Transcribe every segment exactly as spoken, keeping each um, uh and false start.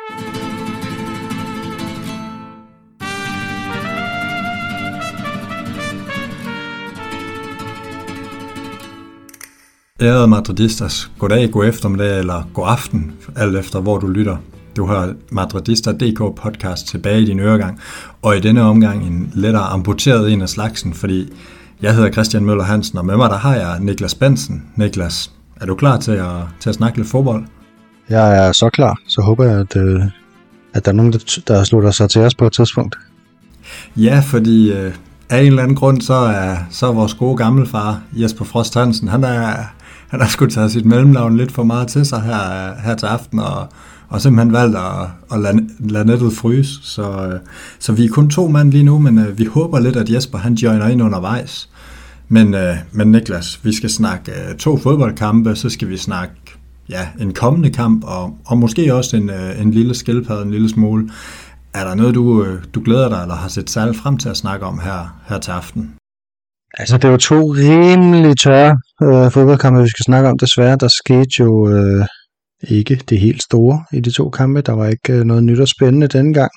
Ærede madridistas, goddag, god eftermiddag eller god aften, alt efter hvor du lytter. Du har Madridista punktum d k podcast tilbage i din øregang, og i denne omgang en lettere amputeret en af slagsen, fordi jeg hedder Christian Møller Hansen, og med mig der har jeg Niklas Bensen. Niklas, er du klar til at, til at snakke lidt fodbold? Jeg er så klar, så håber jeg, at, at der er nogen, der, der slutter sig til os på et tidspunkt. Ja, fordi øh, af en eller anden grund, så er, så er vores gode gammelfar, Jesper Frost Hansen, han er... Han har sgu taget sit mellemnavn lidt for meget til sig her, her til aften, og, og simpelthen valgt at, at lade, lade nettet fryse. Så, så vi er kun to mand lige nu, men uh, vi håber lidt, at Jesper han joiner ind undervejs. Men, uh, men Niklas, vi skal snakke uh, to fodboldkampe, så skal vi snakke ja, en kommende kamp, og, og måske også en, uh, en lille skildpadde, en lille smule. Er der noget, du, uh, du glæder dig, eller har set særligt frem til at snakke om her, her til aften? Altså, det var to rimelig tørre øh, fodboldkampe, vi skal snakke om. Desværre, der skete jo øh, ikke det helt store i de to kampe. Der var ikke øh, noget nyt og spændende denne gang.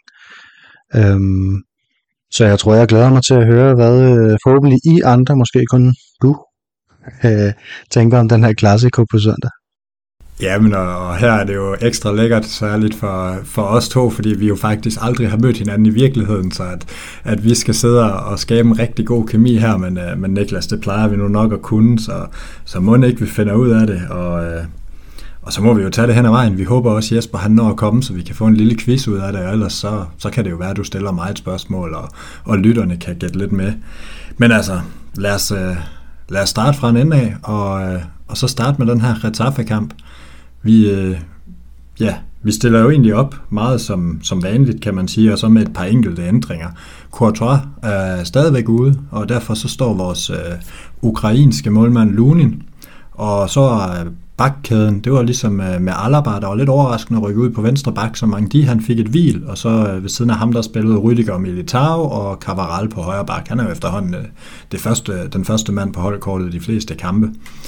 Øhm, så jeg tror, jeg glæder mig til at høre, hvad øh, forhåbentlig I andre, måske kun du, øh, tænker om den her Clasico på søndag. Jamen, og her er det jo ekstra lækkert, særligt for, for os to, fordi vi jo faktisk aldrig har mødt hinanden i virkeligheden, så at, at vi skal sidde og skabe en rigtig god kemi her, men, men Niklas, det plejer vi nu nok at kunne, så, så må ikke vi finder ud af det, og, og så må vi jo tage det hen ad vejen. Vi håber også, Jesper han når at komme, så vi kan få en lille quiz ud af det, og ellers så, så kan det jo være, at du stiller mig et spørgsmål, og, og lytterne kan gætte lidt med. Men altså, lad os, lad os starte fra en ende af, og, og så starte med den her Getafe-kamp. Vi, øh, ja, vi stiller jo egentlig op meget som, som vanligt, kan man sige, og så med et par enkelte ændringer. Courtois er stadigvæk ude, og derfor så står vores øh, ukrainske målmand Lunin, og så er bakkæden, det var ligesom øh, med Alaba, der var lidt overraskende at rykke ud på venstre bak, så Mangdi han fik et hvil, og så øh, ved siden af ham der spillede Rüdiger og Militao, og Cavaral på højre bak. Han er jo efterhånden øh, det første, den første mand på holdkortet i de fleste kampe.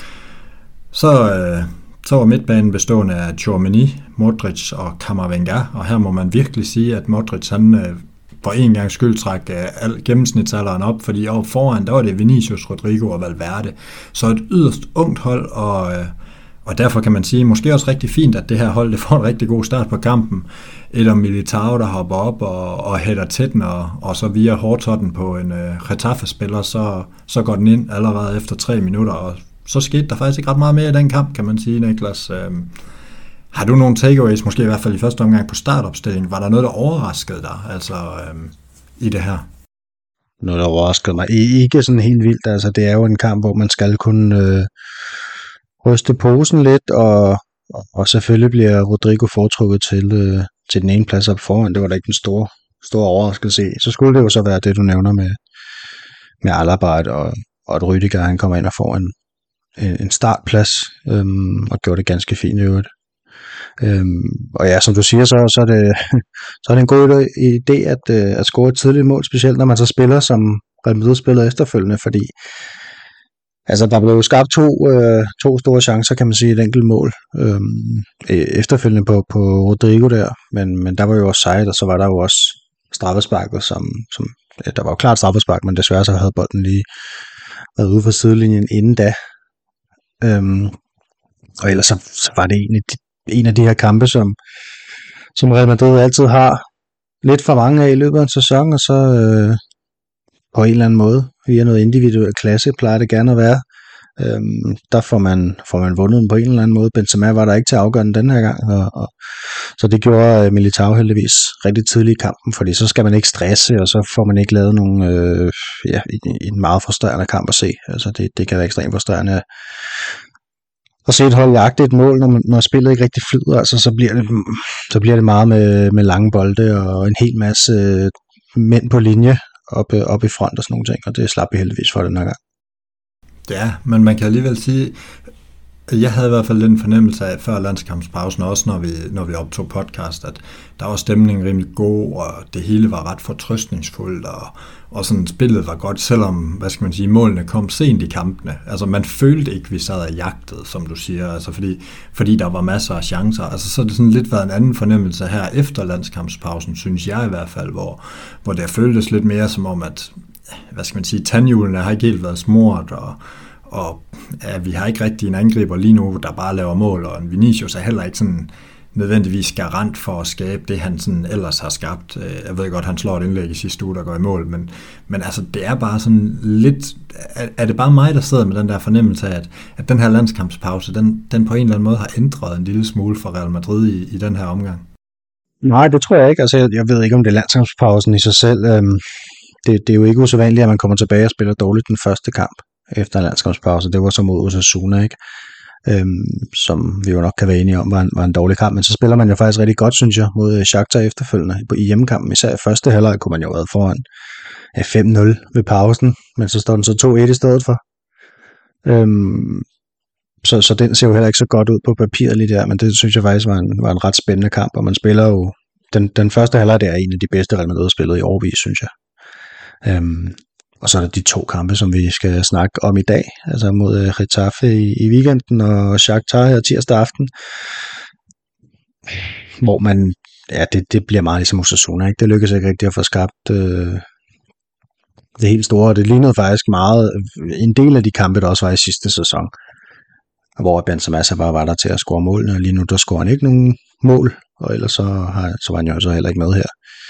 Så... Øh, Så var midtbanen bestående af Tchouaméni, Modric og Camavinga, og her må man virkelig sige, at Modric han øh, for en gang skyld træk øh, gennemsnitsalderen op, fordi over foran, der var det Vinicius, Rodrigo og Valverde. Så et yderst ungt hold, og, øh, og derfor kan man sige, måske også rigtig fint, at det her hold det får en rigtig god start på kampen. Et om Militao, der hopper op og, og hætter tætten, og, og så via hårdtotten på en øh, Getafe-spiller, så, så går den ind allerede efter tre minutter, og så skete der faktisk ikke ret meget mere i den kamp, kan man sige, Niklas. Øhm, har du nogle takeaways, måske i hvert fald i første omgang på startopstillingen? Var der noget, der overraskede dig altså, øhm, i det her? Noget, der overraskede mig. Ikke sådan helt vildt. Altså, det er jo en kamp, hvor man skal kunne øh, ryste posen lidt, og, og selvfølgelig bliver Rodrigo foretrukket til, øh, til den ene plads op foran. Det var da ikke en stor, stor overraskelse. Så skulle det jo så være det, du nævner med, med Alaba, og, og at Rüdiger, han kommer ind og får en en startplads, øhm, og gjorde det ganske fint i øvrigt. Øhm, og ja, som du siger, så, så, er det, så er det en god idé at, at score et tidligt mål, specielt når man så spiller, som Real Madrid spiller efterfølgende, fordi altså, der blev skabt to, øh, to store chancer, kan man sige, et enkelt mål øhm, efterfølgende på, på Rodrigo der, men, men der var jo også sejt, og så var der jo også straffesparket, som, som ja, der var jo klart straffespark, men desværre så havde bolden lige været ude for sidelinjen inden da. Øhm, og ellers så, så var det en af, de, en af de her kampe, som, som Real Madrid altid har lidt for mange af i løbet af en sæson, og så øh, på en eller anden måde, via noget individuel klasse, plejer det gerne at være. Øhm, der får man, får man vundet den på en eller anden måde. Benzema var der ikke til at afgøre den den her gang, og, og, så det gjorde Militao heldigvis rigtig tidligt i kampen, fordi så skal man ikke stresse, og så får man ikke lavet nogen, øh, ja, en, en meget frustrerende kamp at se. Altså det, det kan være ekstremt frustrerende at se et hold jagte et mål, når, når spillet ikke rigtig flyder, altså så bliver det, så bliver det meget med, med lange bolde og en hel masse øh, mænd på linje op, op i front og sådan nogle ting, og det slap vi heldigvis for den her gang. Ja, men man kan alligevel sige, Jeg havde i hvert fald den fornemmelse af før landskampspausen, også når vi, når vi optog podcast, at der var stemningen rimelig god, og det hele var ret fortrøstningsfuldt, og, og sådan spillet var godt, selvom, hvad skal man sige, målene kom sent i kampene. Altså man følte ikke, vi sad og jagtede, som du siger, altså fordi, fordi der var masser af chancer. Altså så er det sådan lidt været en anden fornemmelse her efter landskampspausen, synes jeg i hvert fald, hvor, hvor det føltes lidt mere som om, at, hvad skal man sige, tandhjulene har ikke helt været smurt, og Og ja, vi har ikke rigtig en angriber lige nu, der bare laver mål, og en Vinicius er heller ikke sådan nødvendigvis garant for at skabe det, han sådan ellers har skabt. Jeg ved godt, han slår et indlæg i sidste uge, der går i mål, men, men altså, det er bare sådan lidt... Er, er det bare mig, der sidder med den der fornemmelse af, at, at den her landskampspause, den, den på en eller anden måde har ændret en lille smule for Real Madrid i, i den her omgang? Nej, det tror jeg ikke. Altså, jeg, jeg ved ikke, om det er landskampspausen i sig selv. Øhm, det, det er jo ikke usædvanligt, at man kommer tilbage og spiller dårligt den første kamp efter en landskampspause. Det var så mod Osasuna, ikke? Øhm, som vi jo nok kan være enige om var en, var en dårlig kamp, men så spiller man jo faktisk rigtig godt, synes jeg, mod Shakhtar efterfølgende i hjemmekampen. Især i første halvleg kunne man jo have været foran ja, fem nul ved pausen, men så står den så to et i stedet for. Øhm, så, så den ser jo heller ikke så godt ud på papiret lige der, men det synes jeg faktisk var en, var en ret spændende kamp, og man spiller jo den, den første halvleg, det er en af de bedste Real Madrid spillet i årevis, synes jeg. Øhm, Og så er der de to kampe, som vi skal snakke om i dag, altså mod Getafe i, i weekenden og Shakhtar her tirsdag aften, hvor man, ja, det, det bliver meget ligesom Osasuna, ikke? Det lykkedes ikke rigtig at få skabt øh, det helt store, det lignede faktisk meget, en del af de kampe, der også var i sidste sæson, hvor Benzema bare var der til at score målene, og lige nu der scorer han ikke nogen mål, og ellers så, har, så var han jo så heller ikke med her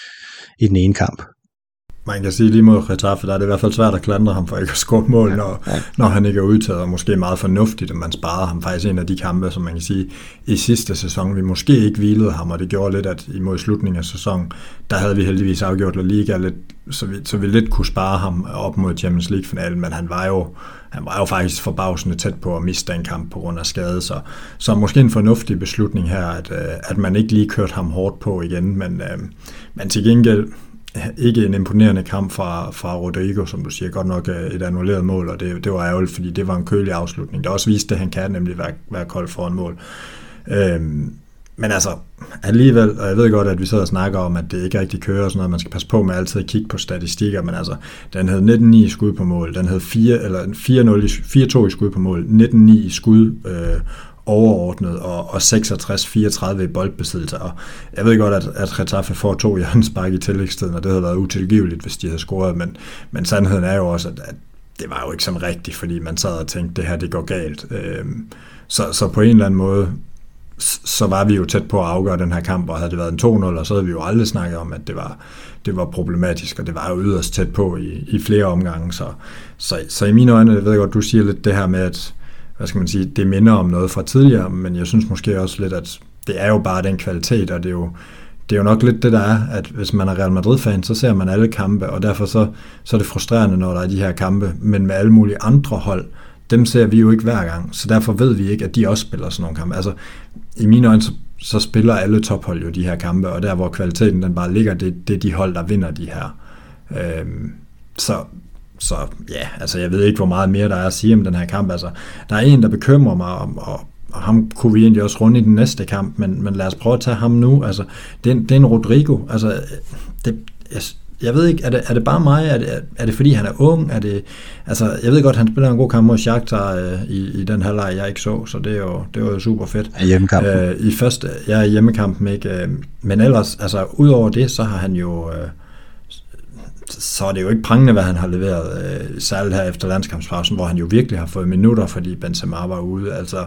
i den ene kamp. Man kan sige lige mod Getafe, der er det i hvert fald svært at klandre ham for ikke at score mål, ja, når, ja. når han ikke er udtaget, og måske meget fornuftigt, at man sparede ham faktisk en af de kampe, som man kan sige, i sidste sæson, vi måske ikke hvilede ham, og det gjorde lidt, at imod slutningen af sæsonen, der havde vi heldigvis afgjort La Liga lidt, så vi, så vi lidt kunne spare ham op mod Champions League-finalen, men han var jo han var jo faktisk forbavsende tæt på at miste den kamp på grund af skade, så, så måske en fornuftig beslutning her, at, at man ikke lige kørte ham hårdt på igen, men, men til gengæld ikke en imponerende kamp fra, fra Rodrigo, som du siger, godt nok et annulleret mål, og det, det var ærgerligt, fordi det var en kølig afslutning. Det også viste, at han kan nemlig være, være kold foran mål. Øhm, men altså, alligevel, og jeg ved godt, at vi sidder og snakker om, at det ikke rigtig kører og sådan noget, man skal passe på med altid at kigge på statistikker, men altså, den havde nitten ni i skud på mål, den havde fire, eller fire to i skud på mål, nitten ni i skud øh, overordnet, og, og seksogtres fireogtredive i boldbesiddelse, og jeg ved godt, at, at Getafe får to hjørnespark i tillægstiden, og det havde været utilgiveligt, hvis de havde scoret, men, men sandheden er jo også, at, at det var jo ikke sådan rigtigt, fordi man sad og tænkte, det her, det går galt. Øhm, så, så på en eller anden måde, så var vi jo tæt på at afgøre den her kamp, og havde det været en to nul, og så havde vi jo aldrig snakket om, at det var, det var problematisk, og det var jo yderst tæt på i, i flere omgange, så, så, så i mine øjne, jeg ved godt, du siger lidt det her med, at hvad skal man sige, det minder om noget fra tidligere, men jeg synes måske også lidt, at det er jo bare den kvalitet, og det er jo, det er jo nok lidt det, der er, at hvis man er Real Madrid-fan, så ser man alle kampe, og derfor så, så er det frustrerende, når der er de her kampe, men med alle mulige andre hold, dem ser vi jo ikke hver gang, så derfor ved vi ikke, at de også spiller sådan nogle kampe. Altså, i mine øjne, så, så spiller alle tophold jo de her kampe, og der, hvor kvaliteten den bare ligger, det, det er de hold, der vinder de her. Øhm, så Så ja, altså jeg ved ikke, hvor meget mere der er at sige om den her kamp. Altså, der er en, der bekymrer mig, og, og, og ham kunne vi egentlig også runde i den næste kamp, men, men lad os prøve at tage ham nu. Altså, det, er, det er en Rodrigo. Altså, det, jeg, jeg ved ikke, er det, er det bare mig? Er det, er det fordi, han er ung? Er det, altså, jeg ved godt, han spiller en god kamp mod Shakhtar øh, i, i den halvleg, jeg ikke så, så det er jo, det var jo super fedt. I hjemmekampen. Øh, I første, ja, i hjemmekampen, ikke? Øh, men ellers, altså, udover det, så har han jo... Øh, så er det jo ikke prangende, hvad han har leveret, øh, særligt her efter landskampspausen, hvor han jo virkelig har fået minutter, fordi Benzema var ude. Altså,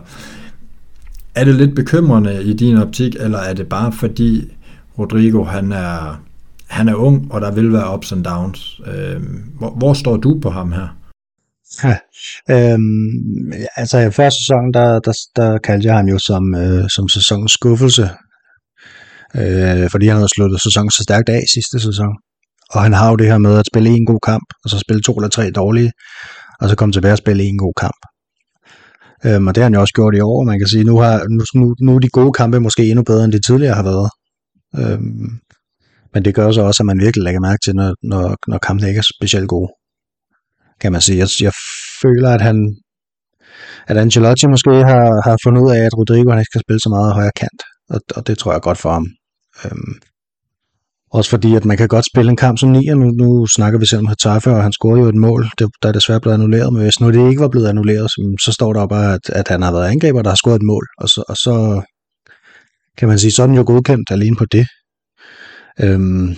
er det lidt bekymrende i din optik, eller er det bare fordi Rodrigo, han er, han er ung, og der vil være ups and downs? Øh, hvor, hvor står du på ham her? Ja, øhm, altså i første sæson, der, der, der kaldte jeg ham jo som, øh, som sæsonens skuffelse, øh, fordi han havde sluttet sæsonen så stærkt af sidste sæson. Og han har jo det her med at spille en god kamp, og så spille to eller tre dårlige, og så komme tilbage og spille en god kamp. Øhm, og det har han jo også gjort i år. Man kan sige, nu, har, nu, nu er de gode kampe måske endnu bedre, end de tidligere har været. Øhm, men det gør så også, at man virkelig lægger mærke til, når, når, når kampene ikke er specielt gode. Kan man sige. Jeg, jeg føler, at han, at Ancelotti måske har, har fundet ud af, at Rodrigo han ikke skal spille så meget højre kant, og, og det tror jeg er godt for ham. Øhm, også fordi, at man kan godt spille en kamp som nier. Nu, nu snakker vi selv om Getafe, og han scorede jo et mål, det, der er desværre blevet annulleret, men hvis nu det ikke var blevet annulleret, så, så står der jo bare, at, at han har været angriber, der har scoret et mål, og så, og så kan man sige, så er den jo godkendt alene på det. Øhm,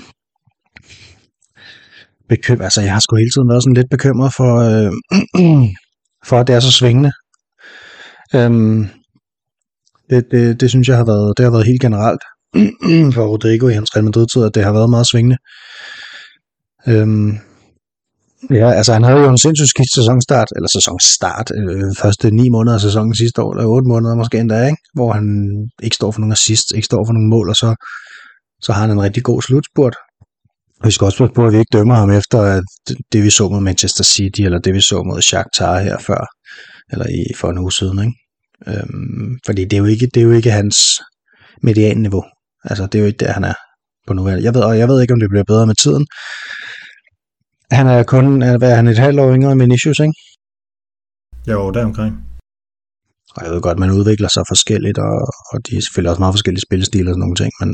bekym- altså, jeg har sgu hele tiden været sådan lidt bekymret for, øh, for at det er så svingende. Øhm, det, det, det synes jeg har været, det har været helt generelt for Rodrigo i hans Real Madrid-tid, at det har været meget svingende. Øhm, ja, altså han havde jo en sindssygt skidt sæsonstart, eller sæsonstart, øh, første ni måneder af sæsonen sidste år, eller otte måneder måske endda, ikke? Hvor han ikke står for nogen assist, ikke står for nogen mål, og så, så har han en rigtig god slutspurt. Vi skal også passe på, at vi ikke dømmer ham efter at det, vi så mod Manchester City, eller det, vi så mod Shakhtar her før, eller i, for en uge siden, ikke? Øhm, fordi det er, jo ikke, det er jo ikke hans medianniveau. Altså, det er jo ikke der, han er på nuværende. Jeg ved, og jeg ved ikke, om det bliver bedre med tiden. Han er kun, hvad er han, et halvt år yngre end Vinicius, ikke? Jo, deromkring. Og jeg ved godt, man udvikler sig forskelligt, og, og de er selvfølgelig også meget forskellige spillestiler og sådan nogle ting, men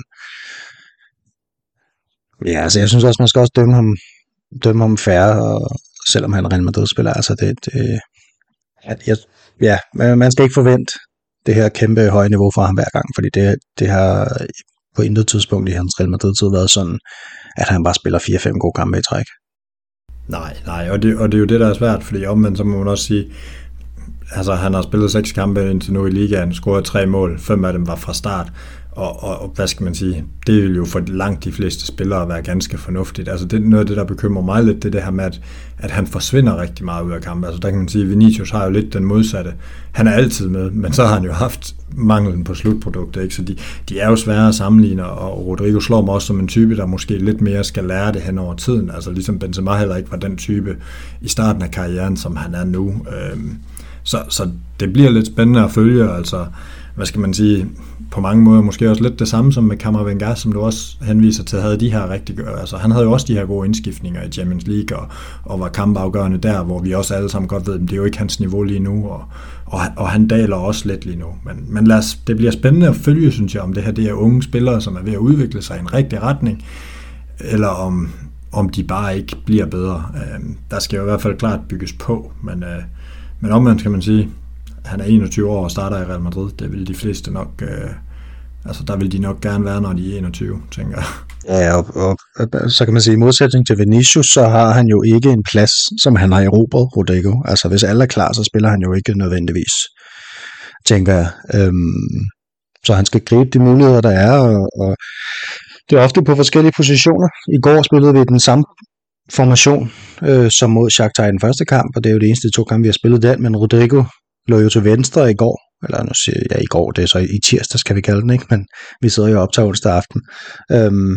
ja, altså jeg synes også, man skal også dømme ham, dømme ham fair, og selvom han er Real Madrid-spiller, altså det, det at jeg, ja, man skal ikke forvente det her kæmpe høje niveau fra ham hver gang, fordi det, det har på intet tidspunkt i hans Real Madrid-tid været sådan, at han bare spiller fire fem gode kampe i træk. Nej, nej, og det, og det er jo det, der er svært, fordi omvendt så må man også sige, altså han har spillet seks kampe indtil nu i ligaen, scoret tre mål, fem af dem var fra start, og, og, og hvad skal man sige, det vil jo for langt de fleste spillere være ganske fornuftigt. Altså det, noget af det, der bekymrer mig lidt, det er det her med, at, at han forsvinder rigtig meget ud af kampen. Altså der kan man sige, Vinicius har jo lidt den modsatte. Han er altid med, men så har han jo haft manglen på slutproduktet, ikke? Så de, de er jo svære at sammenligne, og Rodrigo slår mig også som en type, der måske lidt mere skal lære det hen over tiden. Altså ligesom Benzema heller ikke var den type i starten af karrieren, som han er nu. Øhm, så, så det bliver lidt spændende at følge, altså hvad skal man sige, på mange måder måske også lidt det samme som med Camavinga, som du også henviser til, havde de her rigtig, altså han havde jo også de her gode indskiftninger i Champions League, og, og var kampafgørende der, hvor vi også alle sammen godt ved, at det er jo ikke hans niveau lige nu, og, og, og han daler også lidt lige nu. Men, men lad os, det bliver spændende at følge, synes jeg, om det her det er unge spillere, som er ved at udvikle sig i en rigtig retning, eller om, om de bare ikke bliver bedre. Øh, der skal jo i hvert fald klart bygges på, men, øh, men omvendt kan man sige, han er enogtyve år og starter i Real Madrid. Det vil de fleste nok, øh, altså der vil de nok gerne være, når de er enogtyve, tænker jeg. Ja, og, og, og så kan man sige, i modsætning til Vinicius, så har han jo ikke en plads, som han har erobret, Rodrigo. Altså hvis alle er klar, så spiller han jo ikke nødvendigvis, tænker jeg. Øhm, så han skal gribe de muligheder, der er, og, og det er ofte på forskellige positioner. I går spillede vi den samme formation øh, som mod Shakhtar i den første kamp, og det er jo det eneste to kampe, vi har spillet den, men Rodrigo lå jo til venstre i går, eller nu siger jeg i går, det er så i tirsdags, kan vi kalde den, ikke? Men vi sidder jo op til onsdag aften. Øhm,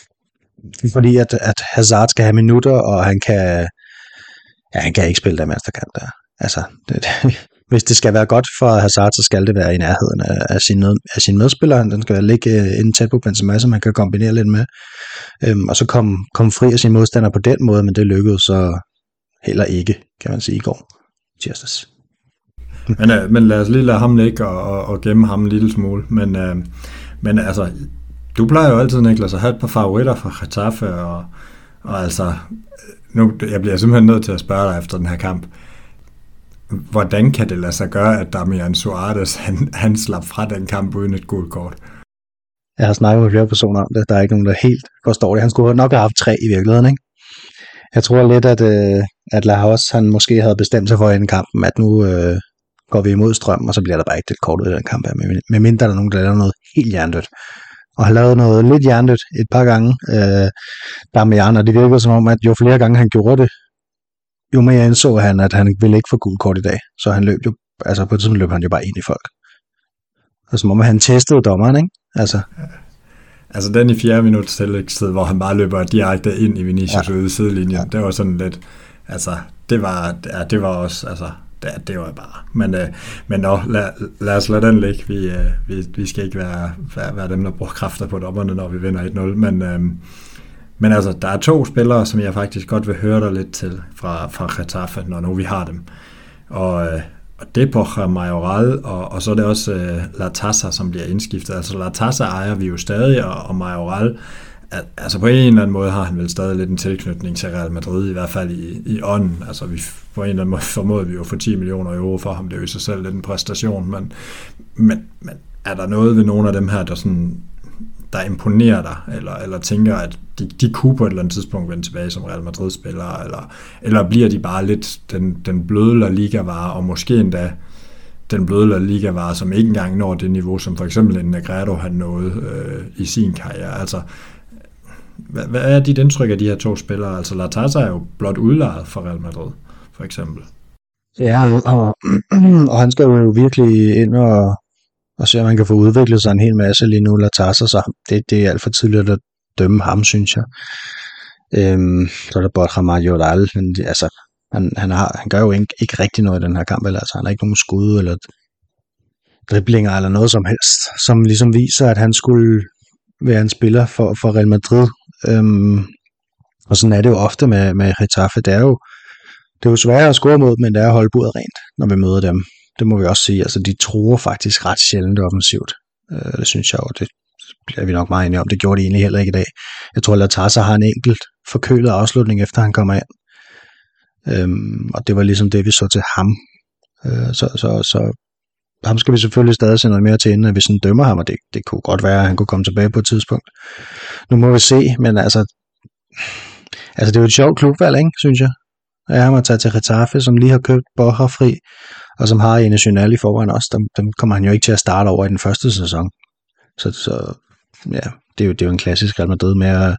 fordi at, at Hazard skal have minutter, og han kan, ja, han kan ikke spille der mesterkant der. Altså, det, hvis det skal være godt for Hazard, så skal det være i nærheden af, af, sin, af sin medspiller. Den skal ligge inden tæt på Benzema, så man kan kombinere lidt med. Øhm, og så komme kom fri af sin modstander på den måde, men det lykkedes så heller ikke, kan man sige, i går tirsdags. Men, øh, men lad os lige lade ham ligge og, og, og gemme ham en lille smule. Men, øh, men altså, du plejer jo altid, Niklas, at have et par favoritter fra Getafe, og, og altså, nu, jeg bliver simpelthen nødt til at spørge dig efter den her kamp. Hvordan kan det lade sig gøre, at Damian Suarez, han, han slap fra den kamp uden et gult kort? Jeg har snakket med flere personer om det. Der er ikke nogen, der helt forstår det. Han skulle nok have haft tre i virkeligheden, ikke? Jeg tror lidt, at, øh, at Laos, han måske havde bestemt sig for inden kampen, at nu øh, går vi imod strøm, og så bliver der bare ikke et kort ud af den kamp her, med mindre der er nogen, der laver noget helt hjernedødt. Og har lavet noget lidt hjernedødt et par gange, øh, Damian, og det virkede som om, at jo flere gange han gjorde det, jo mere indså han, at han ville ikke få gult kort i dag. Så han løb jo, altså på et tidspunkt løb han jo bare ind i folk. Og som om han testede dommeren, ikke? Altså, altså den i fjerde minut tillægstid, hvor han bare løber direkte ind i Vinicius ja. ude i sidelinjen, ja. Det var sådan lidt, altså det var, ja, det var også, altså det, det var bare, men, øh, men nå, lad, lad os lade den ligge, vi, øh, vi, vi skal ikke være, være, være dem, der bruger kræfter på dommerne, når vi vinder et nul, men, øh, men altså, der er to spillere, som jeg faktisk godt vil høre dig lidt til fra, fra Getafe, når nu vi har dem, og, øh, og det er Borja Mayoral, og, og så er det også øh, Latasa, som bliver indskiftet. Altså Latasa ejer vi jo stadig, og, og Mayoral, al, altså på en eller anden måde har han vel stadig lidt en tilknytning til Real Madrid, i hvert fald i, i ånden. Altså vi, på en eller anden måde formåede vi jo for ti millioner euro for ham, det er jo i sig selv lidt en præstation, men, men, men er der noget ved nogle af dem her, der sådan der imponerer dig, eller, eller tænker, at de, de kunne på et eller andet tidspunkt vende tilbage som Real Madrid-spillere, eller, eller bliver de bare lidt den, den bløde La Liga-vare, og måske endda den bløde La Liga-vare, som ikke engang når det niveau, som for eksempel en Negredo har nået øh, i sin karriere. Altså, hvad, hvad er dit indtryk af de her to spillere? Altså, Latasa er jo blot udlejet for Real Madrid, for eksempel. Ja, og, og han skal jo virkelig ind og og se, om man kan få udviklet sig en hel masse lige nu, Latasa, så det, det er alt for tidligt at dømme ham, synes jeg. Øhm, så er der Borja Mayoral, men det, altså, han, han, har, han gør jo ikke, ikke rigtig noget i den her kamp, eller, altså, han har ikke nogen skud, eller driblinger, eller noget som helst, som ligesom viser, at han skulle være en spiller for, for Real Madrid. Øhm, og sådan er det jo ofte med, med Getafe. Det er jo, det er jo sværere at score mod, men det er at holde buret rent, når vi møder dem. Det må vi også sige. Altså, de truer faktisk ret sjældent offensivt. Øh, det synes jeg jo, det bliver vi nok meget enige om. Det gjorde de egentlig heller ikke i dag. Jeg tror, at Latasa har en enkelt forkølet afslutning, efter han kommer ind. Øhm, og det var ligesom det, vi så til ham. Øh, så, så, så ham skal vi selvfølgelig stadig se noget mere til, inden at vi sådan dømmer ham, og det, det kunne godt være, at han kunne komme tilbage på et tidspunkt. Nu må vi se, men altså, altså det er jo et sjovt klubvalg, ikke, synes jeg. Jeg har taget til Getafe, som lige har købt Borja fri, og som har en national i forvejen også. Dem, dem kommer han jo ikke til at starte over i den første sæson. Så, så ja, det er, jo, det er jo en klassisk Real Madrid med at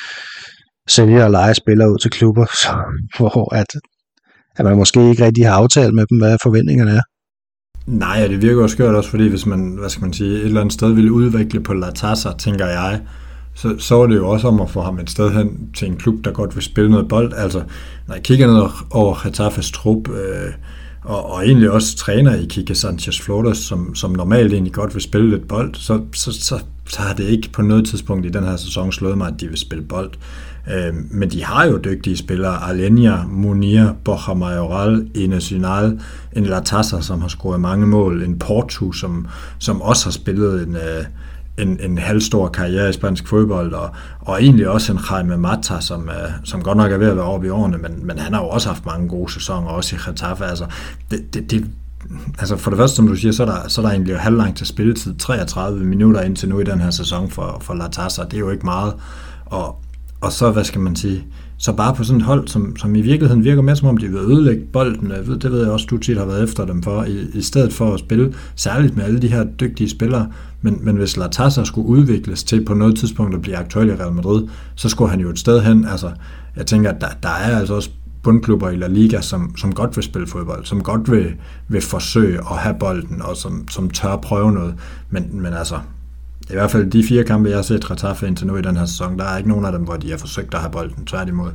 sælge og lege spillere ud til klubber, så, hvor at, at man måske ikke rigtig har aftalt med dem, hvad forventningerne er. Nej, og det virker jo skørt også, fordi hvis man, hvad skal man sige, et eller andet sted ville udvikle på Latasa, tænker jeg, så, så var det jo også om at få ham et sted hen til en klub, der godt vil spille noget bold. Altså, når jeg kigger ned over Getafes trup, øh, og, og egentlig også træner i Quique Sanchez Flores, som, som normalt egentlig godt vil spille lidt bold, så, så, så, så har det ikke på noget tidspunkt i den her sæson slået mig, at de vil spille bold. Øh, men de har jo dygtige spillere, Alenia, Munir, Borja Mayoral, Enes Ünal, en Latasa, som har scoret mange mål, en Portu, som, som også har spillet en... Øh, En, en halvstor karriere i spansk fodbold, og, og egentlig også en Jaime Mata, som, uh, som godt nok er ved at være oppe i årene, men, men han har jo også haft mange gode sæsoner, også i Getafe. Altså, det, det, det, altså for det første, som du siger, så er der, så er der egentlig halvlangt til spilletid, treogtredive minutter indtil nu i den her sæson for, for Latasa, det er jo ikke meget. Og, og så, hvad skal man sige, så bare på sådan et hold, som, som i virkeligheden virker mere som om, de vil ødelægge bolden, det ved jeg også, du tit har været efter dem for, i, i stedet for at spille, særligt med alle de her dygtige spillere, men, men hvis Latasa skulle udvikles til på noget tidspunkt at blive aktuel i Real Madrid, så skulle han jo et sted hen, altså, jeg tænker, at der, der er altså også bundklubber i La Liga, som, som godt vil spille fodbold, som godt vil, vil forsøge at have bolden, og som, som tør prøve noget, men, men altså, i hvert fald de fire kampe, jeg har set Getafe indtil nu i den her sæson, der er ikke nogen af dem, hvor de har forsøgt at have bolden, tværtimod.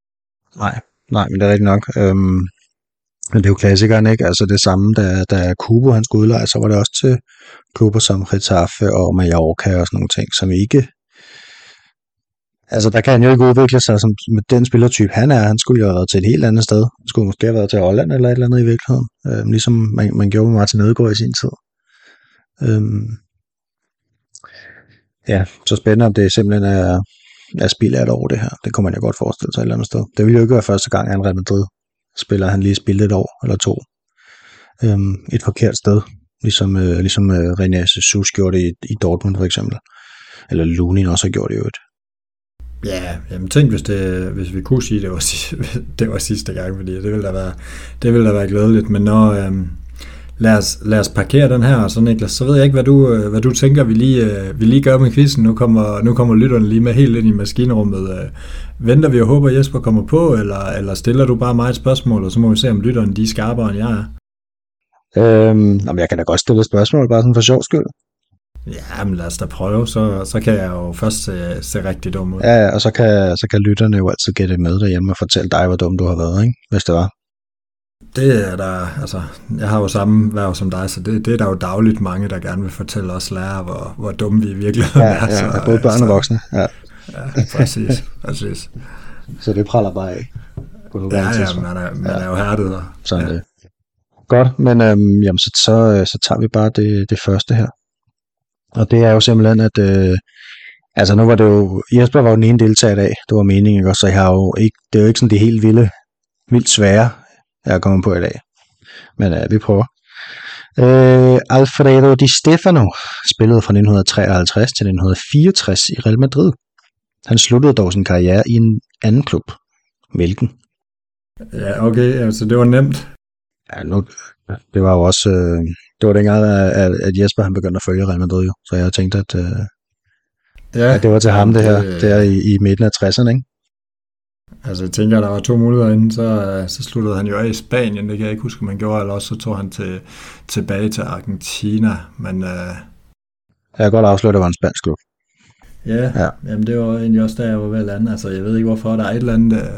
Nej, nej, men det er rigtigt nok. Øhm, men det er jo klassikeren, ikke? Altså det samme, da, da Kubo han skulle udleje, så var det også til klubber som Getafe og Mallorca og sådan nogle ting, som ikke... Altså der kan han jo ikke udvikle sig som med den spillertype, han er. Han skulle jo have været til et helt andet sted. Han skulle måske have været til Holland eller et eller andet i virkeligheden. Øhm, ligesom man, man gjorde med Martin Ødegaard i sin tid. Øhm, Ja, så spændende, om det simpelthen er, er spild af et år, det her. Det kunne man jo godt forestille sig et eller andet sted. Det ville jo ikke være første gang, han Real Madrid spiller, han lige spillet et år eller to. Øhm, et forkert sted, ligesom, øh, ligesom øh, René Jesus gjorde det i, i Dortmund for eksempel. Eller Lunin også har gjort det jo et. Ja, jamen tænk, hvis, det, hvis vi kunne sige, det var, det var sidste gang, fordi det ville da være, det ville da være glædeligt. Men når... Øhm Lad os, lad os parkere den her, og så Niklas, så ved jeg ikke, hvad du, hvad du tænker, vi lige, vi lige gør med quizzen. Nu kommer, nu kommer lytterne lige med helt ind i maskinrummet. Venter vi og håber, at Jesper kommer på, eller, eller stiller du bare mig et spørgsmål, og så må vi se, om lytterne de er skarpere, end jeg er? Øhm, jamen, jeg kan da godt stille et spørgsmål, bare sådan for sjov skyld. Ja, men lad os da prøve, så, så kan jeg jo først se, se rigtig dum ud. Ja, og så kan, så kan lytterne jo altid gætte med derhjemme og fortælle dig, hvor dum du har været, ikke? Hvis det var. Det er der, altså, jeg har jo samme værv som dig, så det, det er der jo dagligt mange, der gerne vil fortælle os lærere, hvor, hvor dumme vi i virkeligheden ja, er. Ja, så, både børn og voksne. Ja, ja præcis, præcis. Så det praller bare af. Ja, ja, man er, man er jo hærdet. Sådan ja. det. godt, men øhm, jamen, så, så, så tager vi bare det, det første her. Og det er jo simpelthen, at øh, altså nu var det jo, Jesper var jo den ene deltager i dag, det var meningen, ikke? Så jeg har jo ikke, det er jo ikke sådan de helt vilde, vildt svære, jeg er kommet på i dag. Men øh, vi prøver. Øh, Alfredo Di Stefano spillede fra nitten treoghalvtreds til nitten fireogtres i Real Madrid. Han sluttede dog sin karriere i en anden klub. Hvilken? Ja, okay, altså det var nemt. Ja, nu, det var jo også, øh, det var dengang, at, at Jesper han begyndte at følge Real Madrid, jo. Så jeg tænkte, at, øh, ja, at det var til ham det her, det, der i, i midten af tresserne, ikke? Altså jeg tænker, at der var to muligheder inden, så, så sluttede han jo af i Spanien, det kan jeg ikke huske, man gjorde, eller også så tog han til, tilbage til Argentina, men... Øh, jeg kan godt afsløre, at det var en spansk klub. Ja, ja. Jamen det var egentlig også der, jeg var ved at lande, altså jeg ved ikke hvorfor, der er et eller andet... Øh,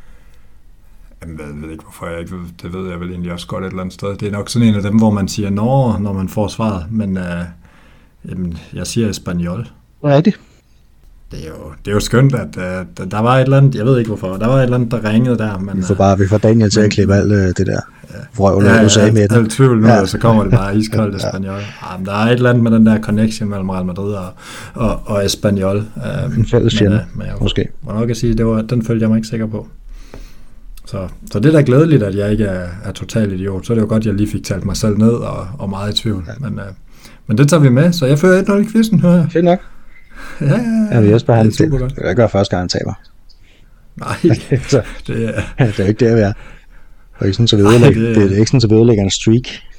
Jamen, jeg ved ikke, hvorfor jeg ikke ved. Det ved jeg vel egentlig også godt et eller andet sted. Det er nok sådan en af dem, hvor man siger når, når man får svaret. Men øh, jamen, jeg siger Espanyol. Hvad er det? Det er jo, det er jo skønt, at øh, der var et eller andet, jeg ved ikke hvorfor, der var et eller andet, der ringede der. Men, vi får bare, vi får Daniel til men, at klippe alt det der vrøvl, ja, du sagde med den. Alt tvivl nu, ja. Så kommer det bare iskoldt Espanyol. Ja, men der er et eller andet med den der connection mellem Real Madrid og, og, og Espanyol. Øh, en fælles fjende, måske. Må nok at sige, det var, den følte jeg mig ikke sikker på. Så, så det er da glædeligt, at jeg ikke er, er total idiot. Så er det jo godt, at jeg lige fik talt mig selv ned og, og meget i tvivl. Ja. Men, øh, men det tager vi med, så jeg fører et nul i quizzen. Fedt nok. Ja, ja, ja. Ja, Jesper, han, det er super godt. Det gør første gang, han taber. Nej, så, det er... det er jo ikke det, vi er. Det er ikke sådan, så vi ødelægger, det, det er ikke sådan, så vi ødelægger en streak.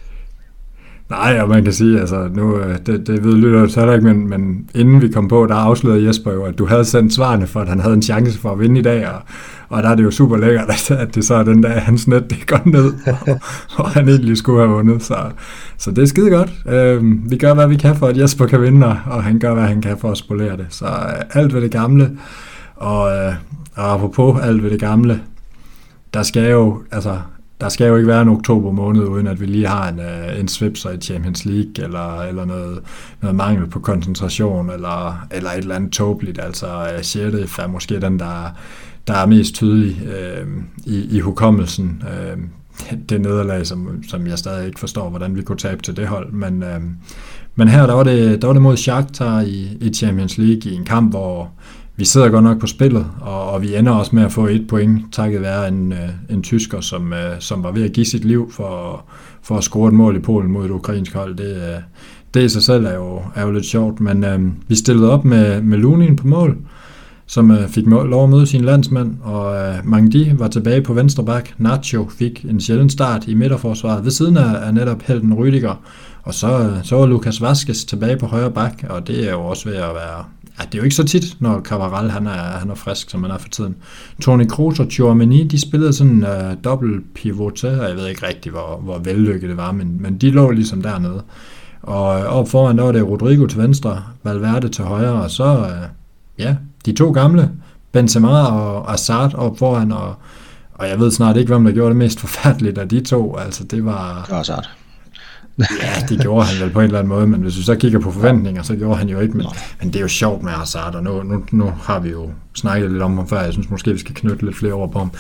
Nej, og man kan sige, altså nu, det, det ved lytter så heller ikke, men, men inden vi kom på, der afslørede Jesper jo, at du havde sendt svarene for, at han havde en chance for at vinde i dag, og, og der er det jo super lækkert, at det så er den der, hans net, det går ned, og, og han egentlig skulle have vundet, så, så det er skide godt. Øhm, vi gør, hvad vi kan for, at Jesper kan vinde, og han gør, hvad han kan for at spolere det, så øh, alt ved det gamle, og, øh, og apropos alt ved det gamle, der skal jo, altså... Der skal jo ikke være en oktober måned, uden at vi lige har en, uh, en svipser i Champions League, eller, eller noget, noget mangel på koncentration, eller, eller et eller andet tåbeligt. Altså uh, Sheriff er måske den, der, der er mest tydelig uh, i, i hukommelsen. Uh, det nederlag, som, som jeg stadig ikke forstår, hvordan vi kunne tabe til det hold. Men, uh, men her, der var, det, der var det mod Shakhtar i, i Champions League, i en kamp, hvor vi sidder godt nok på spillet, og, og vi ender også med at få et point, takket være en, øh, en tysker, som, øh, som var ved at give sit liv for, for at score et mål i Polen mod et ukrainsk hold. Det, øh, det i sig selv er jo, er jo lidt sjovt, men øh, vi stillede op med, med Lunin på mål, som øh, fik lov at møde sin landsmand, og øh, Mangdi var tilbage på venstre bak. Nacho fik en sjælden start i midterforsvaret ved siden af, af netop helten Rüdiger, og så, så var Lucas Vazquez tilbage på højre bak, og det er jo også ved at være... Ja, det er jo ikke så tit, når Cabral han er, han er frisk, som han er for tiden. Toni Kroos og Tchouaméni, de spillede sådan en uh, dobbelt pivot, og jeg ved ikke rigtig, hvor, hvor vellykket det var, men, men de lå ligesom dernede. Og op foran, der var det Rodrigo til venstre, Valverde til højre, og så, uh, ja, de to gamle, Benzema og Hazard op foran, og, og jeg ved snart ikke, hvem der gjorde det mest forfærdeligt af de to, altså det var... Det var Hazard. Ja, det gjorde han vel på en eller anden måde, men hvis vi så kigger på forventninger, så gjorde han jo ikke, men, men det er jo sjovt med Hazard, og nu, nu, nu har vi jo snakket lidt om ham før, jeg synes måske, vi skal knytte lidt flere ord på ham.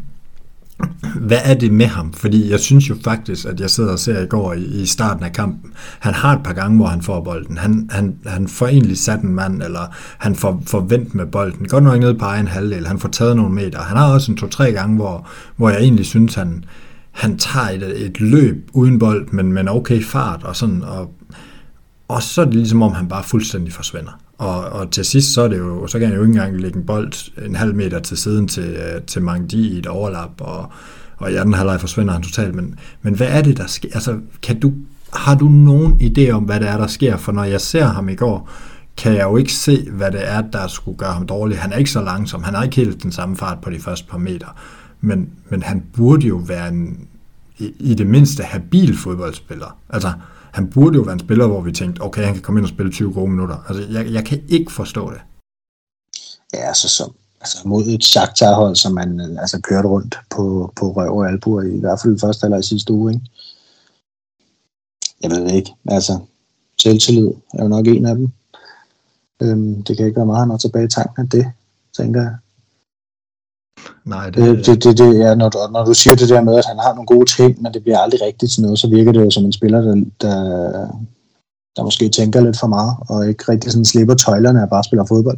Hvad er det med ham? Fordi jeg synes jo faktisk, at jeg sidder og ser i går i, i starten af kampen, han har et par gange, hvor han får bolden, han, han, han får egentlig sat en mand, eller han får, får vendt med bolden, godt nok ned på egen halvdel, han får taget nogle meter, han har også en to-tre gange, hvor, hvor jeg egentlig synes, han han tager et, et løb uden bold, men, men okay fart, og sådan, og, og så er det ligesom, om han bare fuldstændig forsvinder. Og, og til sidst, så er det jo, så kan han jo ikke engang lægge en bold en halv meter til siden til, til Mangdi i et overlap, og, og i anden halvleg forsvinder han totalt. Men, men hvad er det, der sker? Altså, kan du, har du nogen idé om, hvad det er, der sker? For når jeg ser ham i går, kan jeg jo ikke se, hvad det er, der skulle gøre ham dårlig. Han er ikke så langsom, han har ikke helt den samme fart på de første par meter. Men, men han burde jo være en, i, i det mindste habil fodboldspiller. Altså, han burde jo være en spiller, hvor vi tænkte, okay, han kan komme ind og spille tyve gode minutter. Altså, jeg, jeg kan ikke forstå det. Ja, altså, som, altså mod et Shakhtar-hold, som man altså, kørte rundt på, på røv og albuer, i hvert fald første eller i sidste uge, ikke? Jeg ved det ikke. Altså, selvtillid er jo nok en af dem. Øhm, det kan ikke være meget, han er tilbage i tanken af det, tænker jeg. Nej, det, det, det, det, det er, når du, når du siger det der med, at han har nogle gode ting, men det bliver aldrig rigtigt til noget, så virker det jo som en spiller, der, der, der måske tænker lidt for meget, og ikke rigtig sådan slipper tøjlerne og bare spiller fodbold.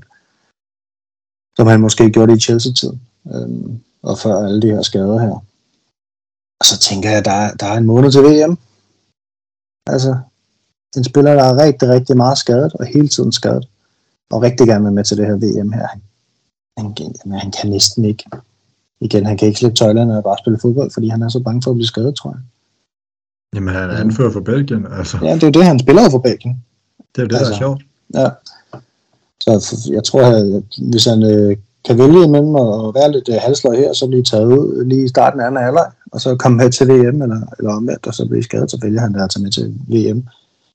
Som han måske gjorde det i Chelsea-tiden, øhm, og før alle de her skader her. Og så tænker jeg, at der, der er en måned til V M. Altså, en spiller, der er rigtig, rigtig meget skadet, og hele tiden skadet, og rigtig gerne med til det her V M her. Han, han, han kan næsten ikke. Igen, han kan ikke slippe tøjlerne og bare spille fodbold, fordi han er så bange for at blive skadet, tror jeg. Jamen, han er anfører for Belgien, altså. Ja, det er jo det, han spiller for Belgien. Det er jo det, altså, der er sjovt. Ja. Så jeg tror, at hvis han øh, kan vælge imellem at være lidt øh, halsløg her, så blive taget ud lige i starten af anden halvleg, og så komme med til V M, eller, eller omvendt, og så blive skadet, så vælger han der at tage med til V M.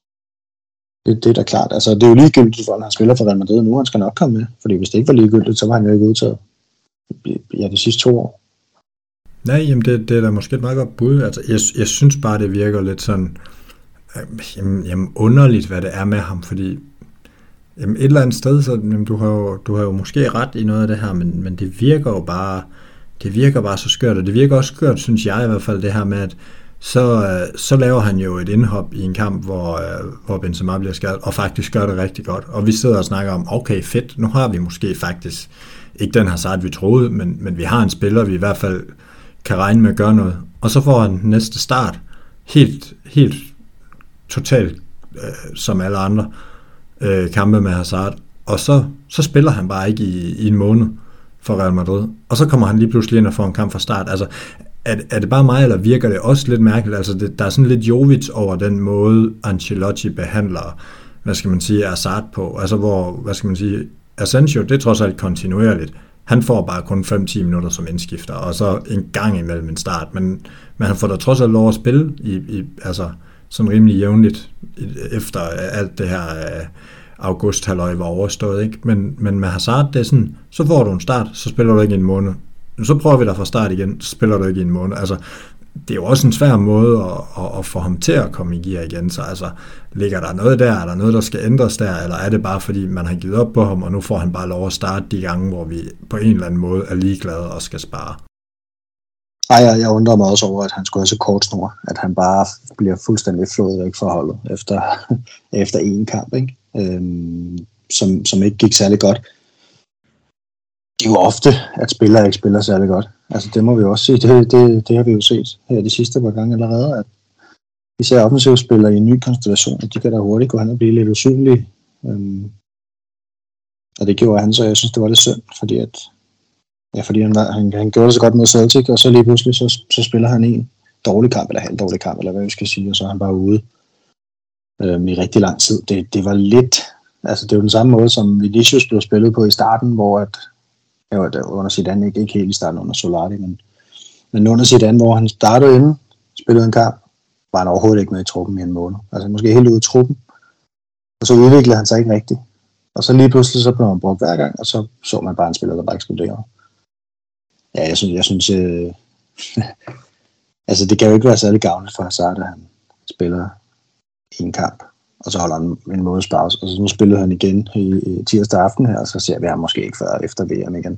Det, det er da klart. Altså, det er jo ligegyldigt, for han spiller for Real Madrid nu, han skal nok komme med. Fordi hvis det ikke var ligegyldigt, så var han jo ikke udtaget. Ja, de sidste to år. Nej, jamen det, det er da måske et meget godt bud. Altså, jeg, jeg synes bare, det virker lidt sådan jamen, jamen underligt, hvad det er med ham, fordi jamen et eller andet sted, så jamen, du, har jo, du har jo måske ret i noget af det her, men, men det virker jo bare, det virker bare så skørt, og det virker også skørt, synes jeg i hvert fald, det her med, at så, så laver han jo et indhop i en kamp, hvor, hvor Benzema bliver skadet, og faktisk gør det rigtig godt. Og vi sidder og snakker om, okay, fedt, nu har vi måske faktisk ikke den Hazard, vi troede, men, men vi har en spiller, vi i hvert fald kan regne med at gøre noget. Og så får han næste start, helt, helt totalt øh, som alle andre øh, kampe med Hazard, og så, så spiller han bare ikke i, i en måned for Real Madrid. Og så kommer han lige pludselig ind og får en kamp fra start. Altså, Er, er det bare mig, eller virker det også lidt mærkeligt? Altså, det, der er sådan lidt Jovic over den måde, Ancelotti behandler, hvad skal man sige, Hazard på. Altså, hvor, hvad skal man sige, Asensio, det er trods alt kontinuerligt. Han får bare kun fem til ti minutter som indskifter, og så en gang imellem en start. Men, men han får da trods alt lov at spille, i, i, altså sådan rimelig jævnligt, efter alt det her uh, august-halløj var overstået, ikke? Men, men med Hazard, det er sådan, så får du en start, så spiller du ikke en måned. Så prøver vi dig fra start igen, så spiller du ikke i en måned. Altså, det er jo også en svær måde at, at, at få ham til at komme i gear igen. Så altså, ligger der noget der, er der noget, der skal ændres der, eller er det bare fordi, man har givet op på ham, og nu får han bare lov at starte de gange, hvor vi på en eller anden måde er ligeglade og skal spare? Ej, jeg, jeg undrer mig også over, at han skulle have så kort snor, at han bare bliver fuldstændig flået væk fra holdet efter, efter en kamp, ikke? Øhm, som, som ikke gik særlig godt. Det er jo ofte, at spillere ikke spiller særlig godt. Altså det må vi også sige. Det, det, det har vi jo set her de sidste par gange allerede, at især offensive spillere i en ny konstellation, de kan da hurtigt gå hen og blive lidt usynlige. Øhm, og det gjorde han, så jeg synes, det var lidt synd, fordi at ja, fordi han, var, han, han gjorde det så godt mod Celtic, og så lige pludselig, så, så spiller han en dårlig kamp, eller halv dårlig kamp, eller hvad vi skal sige, og så er han bare ude øhm, i rigtig lang tid. Det, det var lidt, altså det er jo den samme måde, som Vinicius blev spillet på i starten, hvor at det var under Zidane, ikke, ikke helt i starten under Solari, men, men under Zidane, hvor han startede inden, spillede en kamp, var han overhovedet ikke med i truppen i en måned. Altså måske helt ude i truppen, og så udviklede han sig ikke rigtigt. Og så lige pludselig, så blev han brugt hver gang, og så så man bare en spiller, der bare eksploderede. Ja, jeg synes, jeg synes øh, altså det kan jo ikke være særlig gavnligt for Hazard, at han spiller i en kamp, og så holder han en måneds pause, og så nu spillede han igen i, i tirsdag aften her, og så ser vi ham måske ikke før efter V M igen,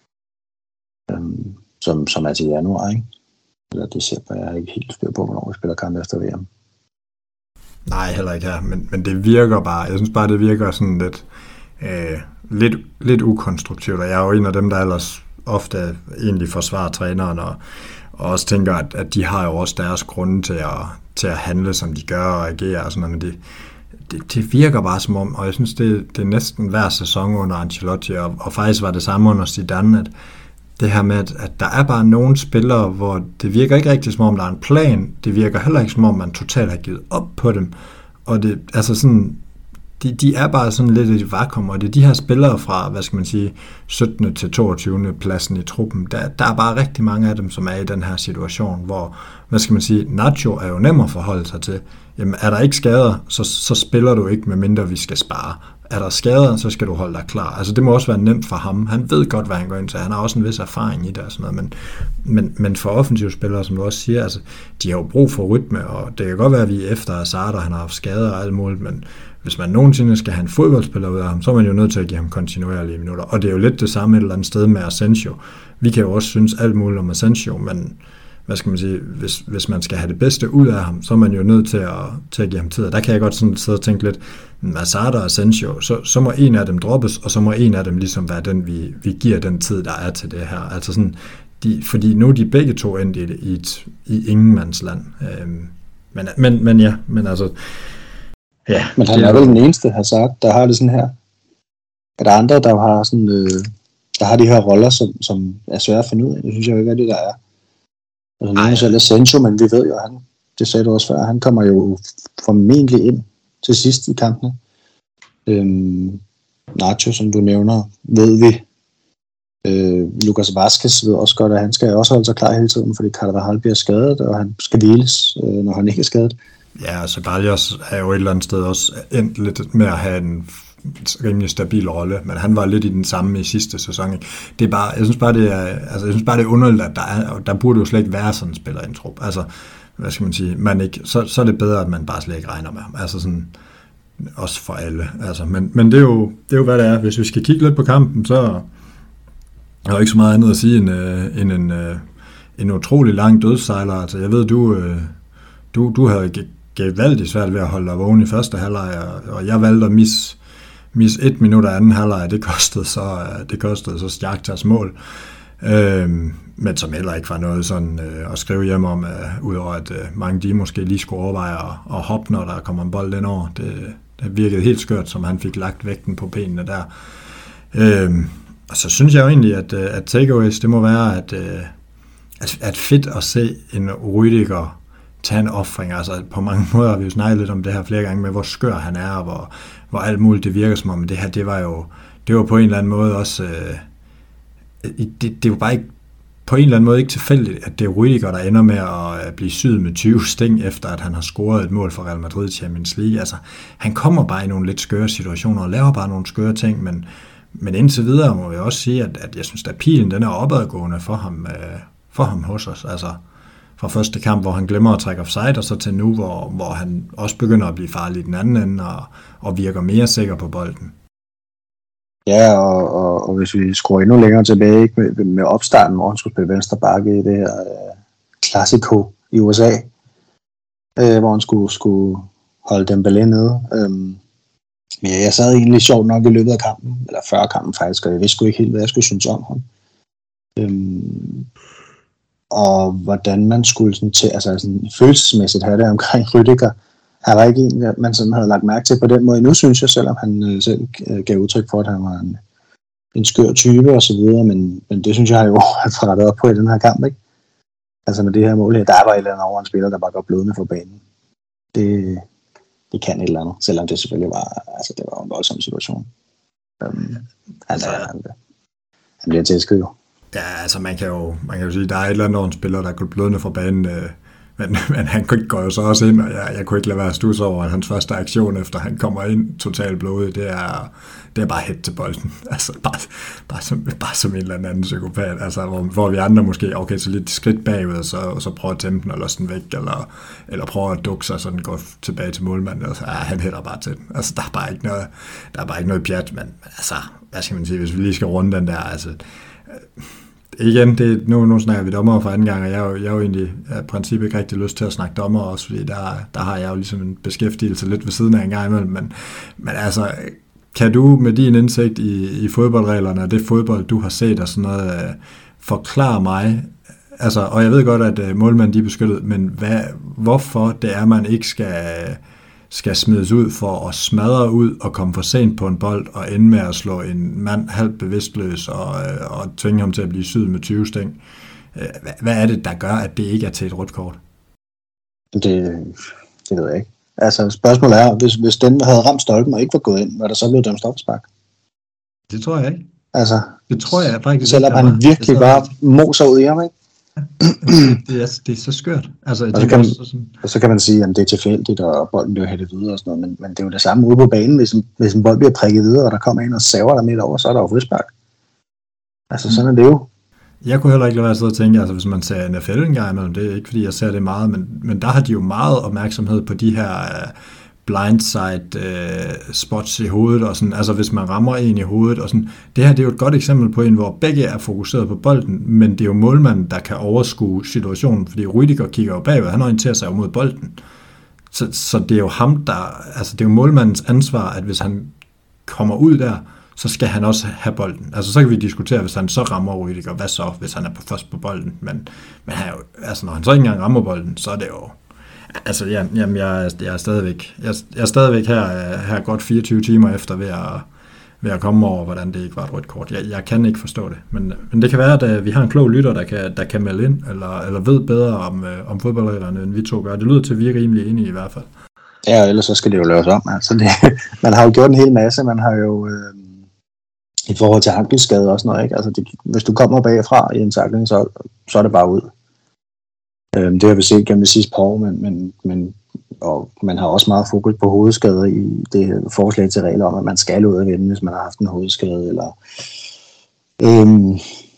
øhm, som, som er til januar, ikke? Eller december, jeg er ikke helt styr på, hvornår vi spiller kamp efter V M. Nej, heller ikke her, men, men det virker bare, jeg synes bare, det virker sådan lidt, øh, lidt, lidt ukonstruktivt, og jeg er jo en af dem, der ellers ofte egentlig forsvarer træneren, og, og også tænker, at, at de har jo også deres grunde til at, til at handle, som de gør og agere og sådan noget, men det, det, det virker bare som om, og jeg synes, det, det er næsten hver sæson under Ancelotti, og, og faktisk var det samme under Zidane, at det her med, at, at der er bare nogle spillere, hvor det virker ikke rigtig som om, der er en plan, det virker heller ikke som om, man totalt har givet op på dem, og det, altså sådan, de, de er bare sådan lidt i et vakuum, og det er de her spillere fra, hvad skal man sige, syttende til toogtyvende pladsen i truppen, der, der er bare rigtig mange af dem, som er i den her situation, hvor, hvad skal man sige, Nacho er jo nem at forholde sig til, jamen er der ikke skader, så, så spiller du ikke, medmindre vi skal spare. Er der skader, så skal du holde dig klar. Altså det må også være nemt for ham. Han ved godt, hvad han går ind til. Han har også en vis erfaring i det og sådan noget. Men, men, men for offensive spillere, som du også siger, altså, de har jo brug for rytme, og det kan godt være, at vi efter Hazard, og han har haft skader og alt muligt, men hvis man nogensinde skal have en fodboldspiller ud af ham, så er man jo nødt til at give ham kontinuerlige minutter. Og det er jo lidt det samme et eller andet sted med Asensio. Vi kan jo også synes alt muligt om Asensio, men hvad skal man sige, hvis, hvis man skal have det bedste ud af ham, så er man jo nødt til at, til at give ham tid. Og der kan jeg godt sådan sidde og tænke lidt, Hazard og Asensio, så, så må en af dem droppes, og så må en af dem ligesom være den, vi, vi giver den tid, der er til det her. Altså sådan, de, fordi nu er de begge to endt i, i, et, i ingenmandsland. Øhm, men, men, men ja, men altså... Ja, men han er vel den eneste, Hazard, der har det sådan her. Er der andre, der har sådan, øh, der har de her roller, som, som er svære at finde ud af? Det synes jeg jo ikke, hvad det der er. Altså, nu er selv Asensio, men vi ved jo, han, det sagde du også før, han kommer jo formentlig ind til sidst i kampene. Øhm, Nacho, som du nævner, ved vi. Øh, Lucas Vazquez ved også godt, at han skal også holde sig klar hele tiden, fordi Carvajal bliver skadet, og han skal hviles, øh, når han ikke er skadet. Ja, så Ceballos er jo et eller andet sted også endt lidt med at have en rimelig stabil rolle, men han var lidt i den samme i sidste sæson. Det er bare, jeg synes bare det er, altså jeg synes bare det er underligt, at der er, der burde jo slet ikke være sådan en spiller i en trup. Altså, hvad skal man sige, man ikke, så, så er det bedre, at man bare slet ikke regner med ham. Altså sådan, også for alle. Altså, men, men det er jo, det er jo hvad det er. Hvis vi skal kigge lidt på kampen, så er der ikke så meget andet at sige end, øh, end en, øh, en utrolig lang dødssejler. Altså, jeg ved, du, øh, du, du havde gevaldigt svært ved at holde dig vågen i første halvleg, og, og jeg valgte at misse mis et minut af anden halvleg, det kostede så, det kostede så Shakhtar's mål. Øhm, men som heller ikke var noget sådan øh, at skrive hjem om, øh, udover at øh, mange de måske lige skulle overveje at, at hoppe, når der kommer en bold ind over. Det, det virkede helt skørt, som han fik lagt vægten på benene der. Øhm, og så synes jeg jo egentlig, at, at takeaways, det må være, at, at, at fedt at se en Rüdiger tage en offring. Altså på mange måder har vi jo snakket lidt om det her flere gange med, hvor skør han er, og hvor, hvor alt muligt det virker som om. Det her, det var jo det var på en eller anden måde også... Øh, det, det var bare ikke på en eller anden måde ikke tilfældigt, at det er Rüdiger, der ender med at blive syet med tyve sting, efter at han har scoret et mål for Real Madrid i Champions League. Altså, han kommer bare i nogle lidt skøre situationer og laver bare nogle skøre ting, men, men indtil videre må jeg også sige, at, at jeg synes, at pilen den er opadgående for ham, øh, for ham hos os. Altså, fra første kamp, hvor han glemmer at trække offside, og så til nu, hvor, hvor han også begynder at blive farlig i den anden ende, og, og virker mere sikker på bolden. Ja, og, og, og hvis vi skruer endnu længere tilbage ikke, med, med opstarten, hvor han skulle spille venstre bakke i det her uh, Clasico i U S A, uh, hvor han skulle, skulle holde Dembélé nede. Um, men jeg sad egentlig sjovt nok i løbet af kampen, eller før kampen faktisk, og jeg vidste sgu ikke helt, hvad jeg skulle synes om ham. Um, og hvordan man skulle sådan til, altså sådan følelsesmæssigt have det omkring Rüdiger. Han var ikke en, man sådan havde lagt mærke til på den måde. Nu synes jeg, selvom han øh, selv øh, gav udtryk for, at han var en, en skør type og så videre, men, men det synes jeg jo, han får rettet op på i den her kamp, ikke? Altså med det her mål her, der var et eller andet over en spiller, der bare går blødende for banen. Det, det kan et eller andet, selvom det selvfølgelig var, altså det var en voldsom situation. Um, altså, han, han bliver tæsket jo. Ja, altså man kan jo, man kan jo sige, der er et eller andet over en spiller, der går blødende for banen, øh. Men, men han går jo så også ind, og jeg, jeg kunne ikke lade være at stusse over, at hans første aktion, efter han kommer ind totalt blodig, det er, det er bare hæt til bolden. Altså bare, bare, som, bare som en eller anden psykopat. Altså hvor, hvor vi andre måske, okay, så lidt skridt bagud, og så, og så prøver at tæmpe den og løse den væk, eller, eller prøver at dukke sig, så den går tilbage til målmanden, og så ja, han hætter bare til den. Altså der er bare ikke noget, der er bare ikke noget pjat, men, men altså, hvad skal man sige, hvis vi lige skal runde den der, altså... Øh, Igen, det, nu, nu snakker vi dommer for anden gang, og jeg har jo egentlig af princippet ikke rigtig lyst til at snakke dommer også, fordi der, der har jeg jo ligesom en beskæftigelse lidt ved siden af en gang imellem, men, men altså, kan du med din indsigt i, i fodboldreglerne og det fodbold, du har set og sådan noget, uh, forklare mig, altså, og jeg ved godt, at uh, målmanden de er beskyttet, men hvad, hvorfor det er, man ikke skal... skal smides ud for at smadre ud og komme for sent på en bold og ende med at slå en mand halvt bevidstløs og, og tvinge ham til at blive syet med tyve sting. Hvad er det, der gør, at det ikke er til et rødt kort? Det, det ved jeg ikke. Altså spørgsmålet er, hvis, hvis den havde ramt stolpen og ikke var gået ind, var der så blevet dømt straffespark? Det tror jeg ikke. Altså, det tror jeg faktisk selvom han virkelig bare moser ud i ham, ikke? det, er, det er så skørt. Altså, og, så kan man, sådan... og så kan man sige, at det er tilfældigt, og bolden bliver hættet videre og sådan noget, men, men det er jo det samme ude på banen, hvis en, hvis en bold bliver prikket videre, og der kommer en og saver der midt over, så er der jo frispark. Altså, sådan er det jo. Jeg kunne heller ikke lade være at sidde og tænke, altså hvis man ser N F L en gang imellem, det er ikke fordi, jeg ser det meget, men, men der har de jo meget opmærksomhed på de her uh, blindside uh, spots i hovedet, og sådan, altså hvis man rammer en i hovedet, og sådan, det her det er jo et godt eksempel på en, hvor begge er fokuseret på bolden, men det er jo målmanden, der kan overskue situationen, fordi Rüdiger kigger jo bagved, han orienterer sig jo mod bolden. Så, så det er jo ham, der, altså det er jo målmandens ansvar, at hvis han kommer ud der, så skal han også have bolden. Altså så kan vi diskutere, hvis han så rammer Rüdiger, hvad så, hvis han er på, først på bolden, men, men han er jo, altså når han så ikke engang rammer bolden, så er det jo, altså ja, jamen jeg, jeg er stadigvæk, jeg, jeg er stadigvæk her, her godt fireogtyve timer efter ved at, ved at komme over, hvordan det ikke var et rødt kort. Jeg, jeg kan ikke forstå det, men, men det kan være, at vi har en klog lytter, der kan, der kan melde ind, eller, eller ved bedre om, om fodboldreglerne, end vi to gør. Det lyder til at virke rimelig enige i hvert fald. Ja, ellers så skal det jo laves om. Altså det, man har jo gjort en hel masse, man har jo øh, i forhold til ankelskade og sådan noget, ikke? Altså det, hvis du kommer bagfra i en tackling, så, så er det bare ud. Øh, det har vi set gennem det sidste par år, men, men, men og man har også meget fokus på hovedskader i det forslag til regler om, at man skal ud af vende, hvis man har haft en hovedskade, eller øhm,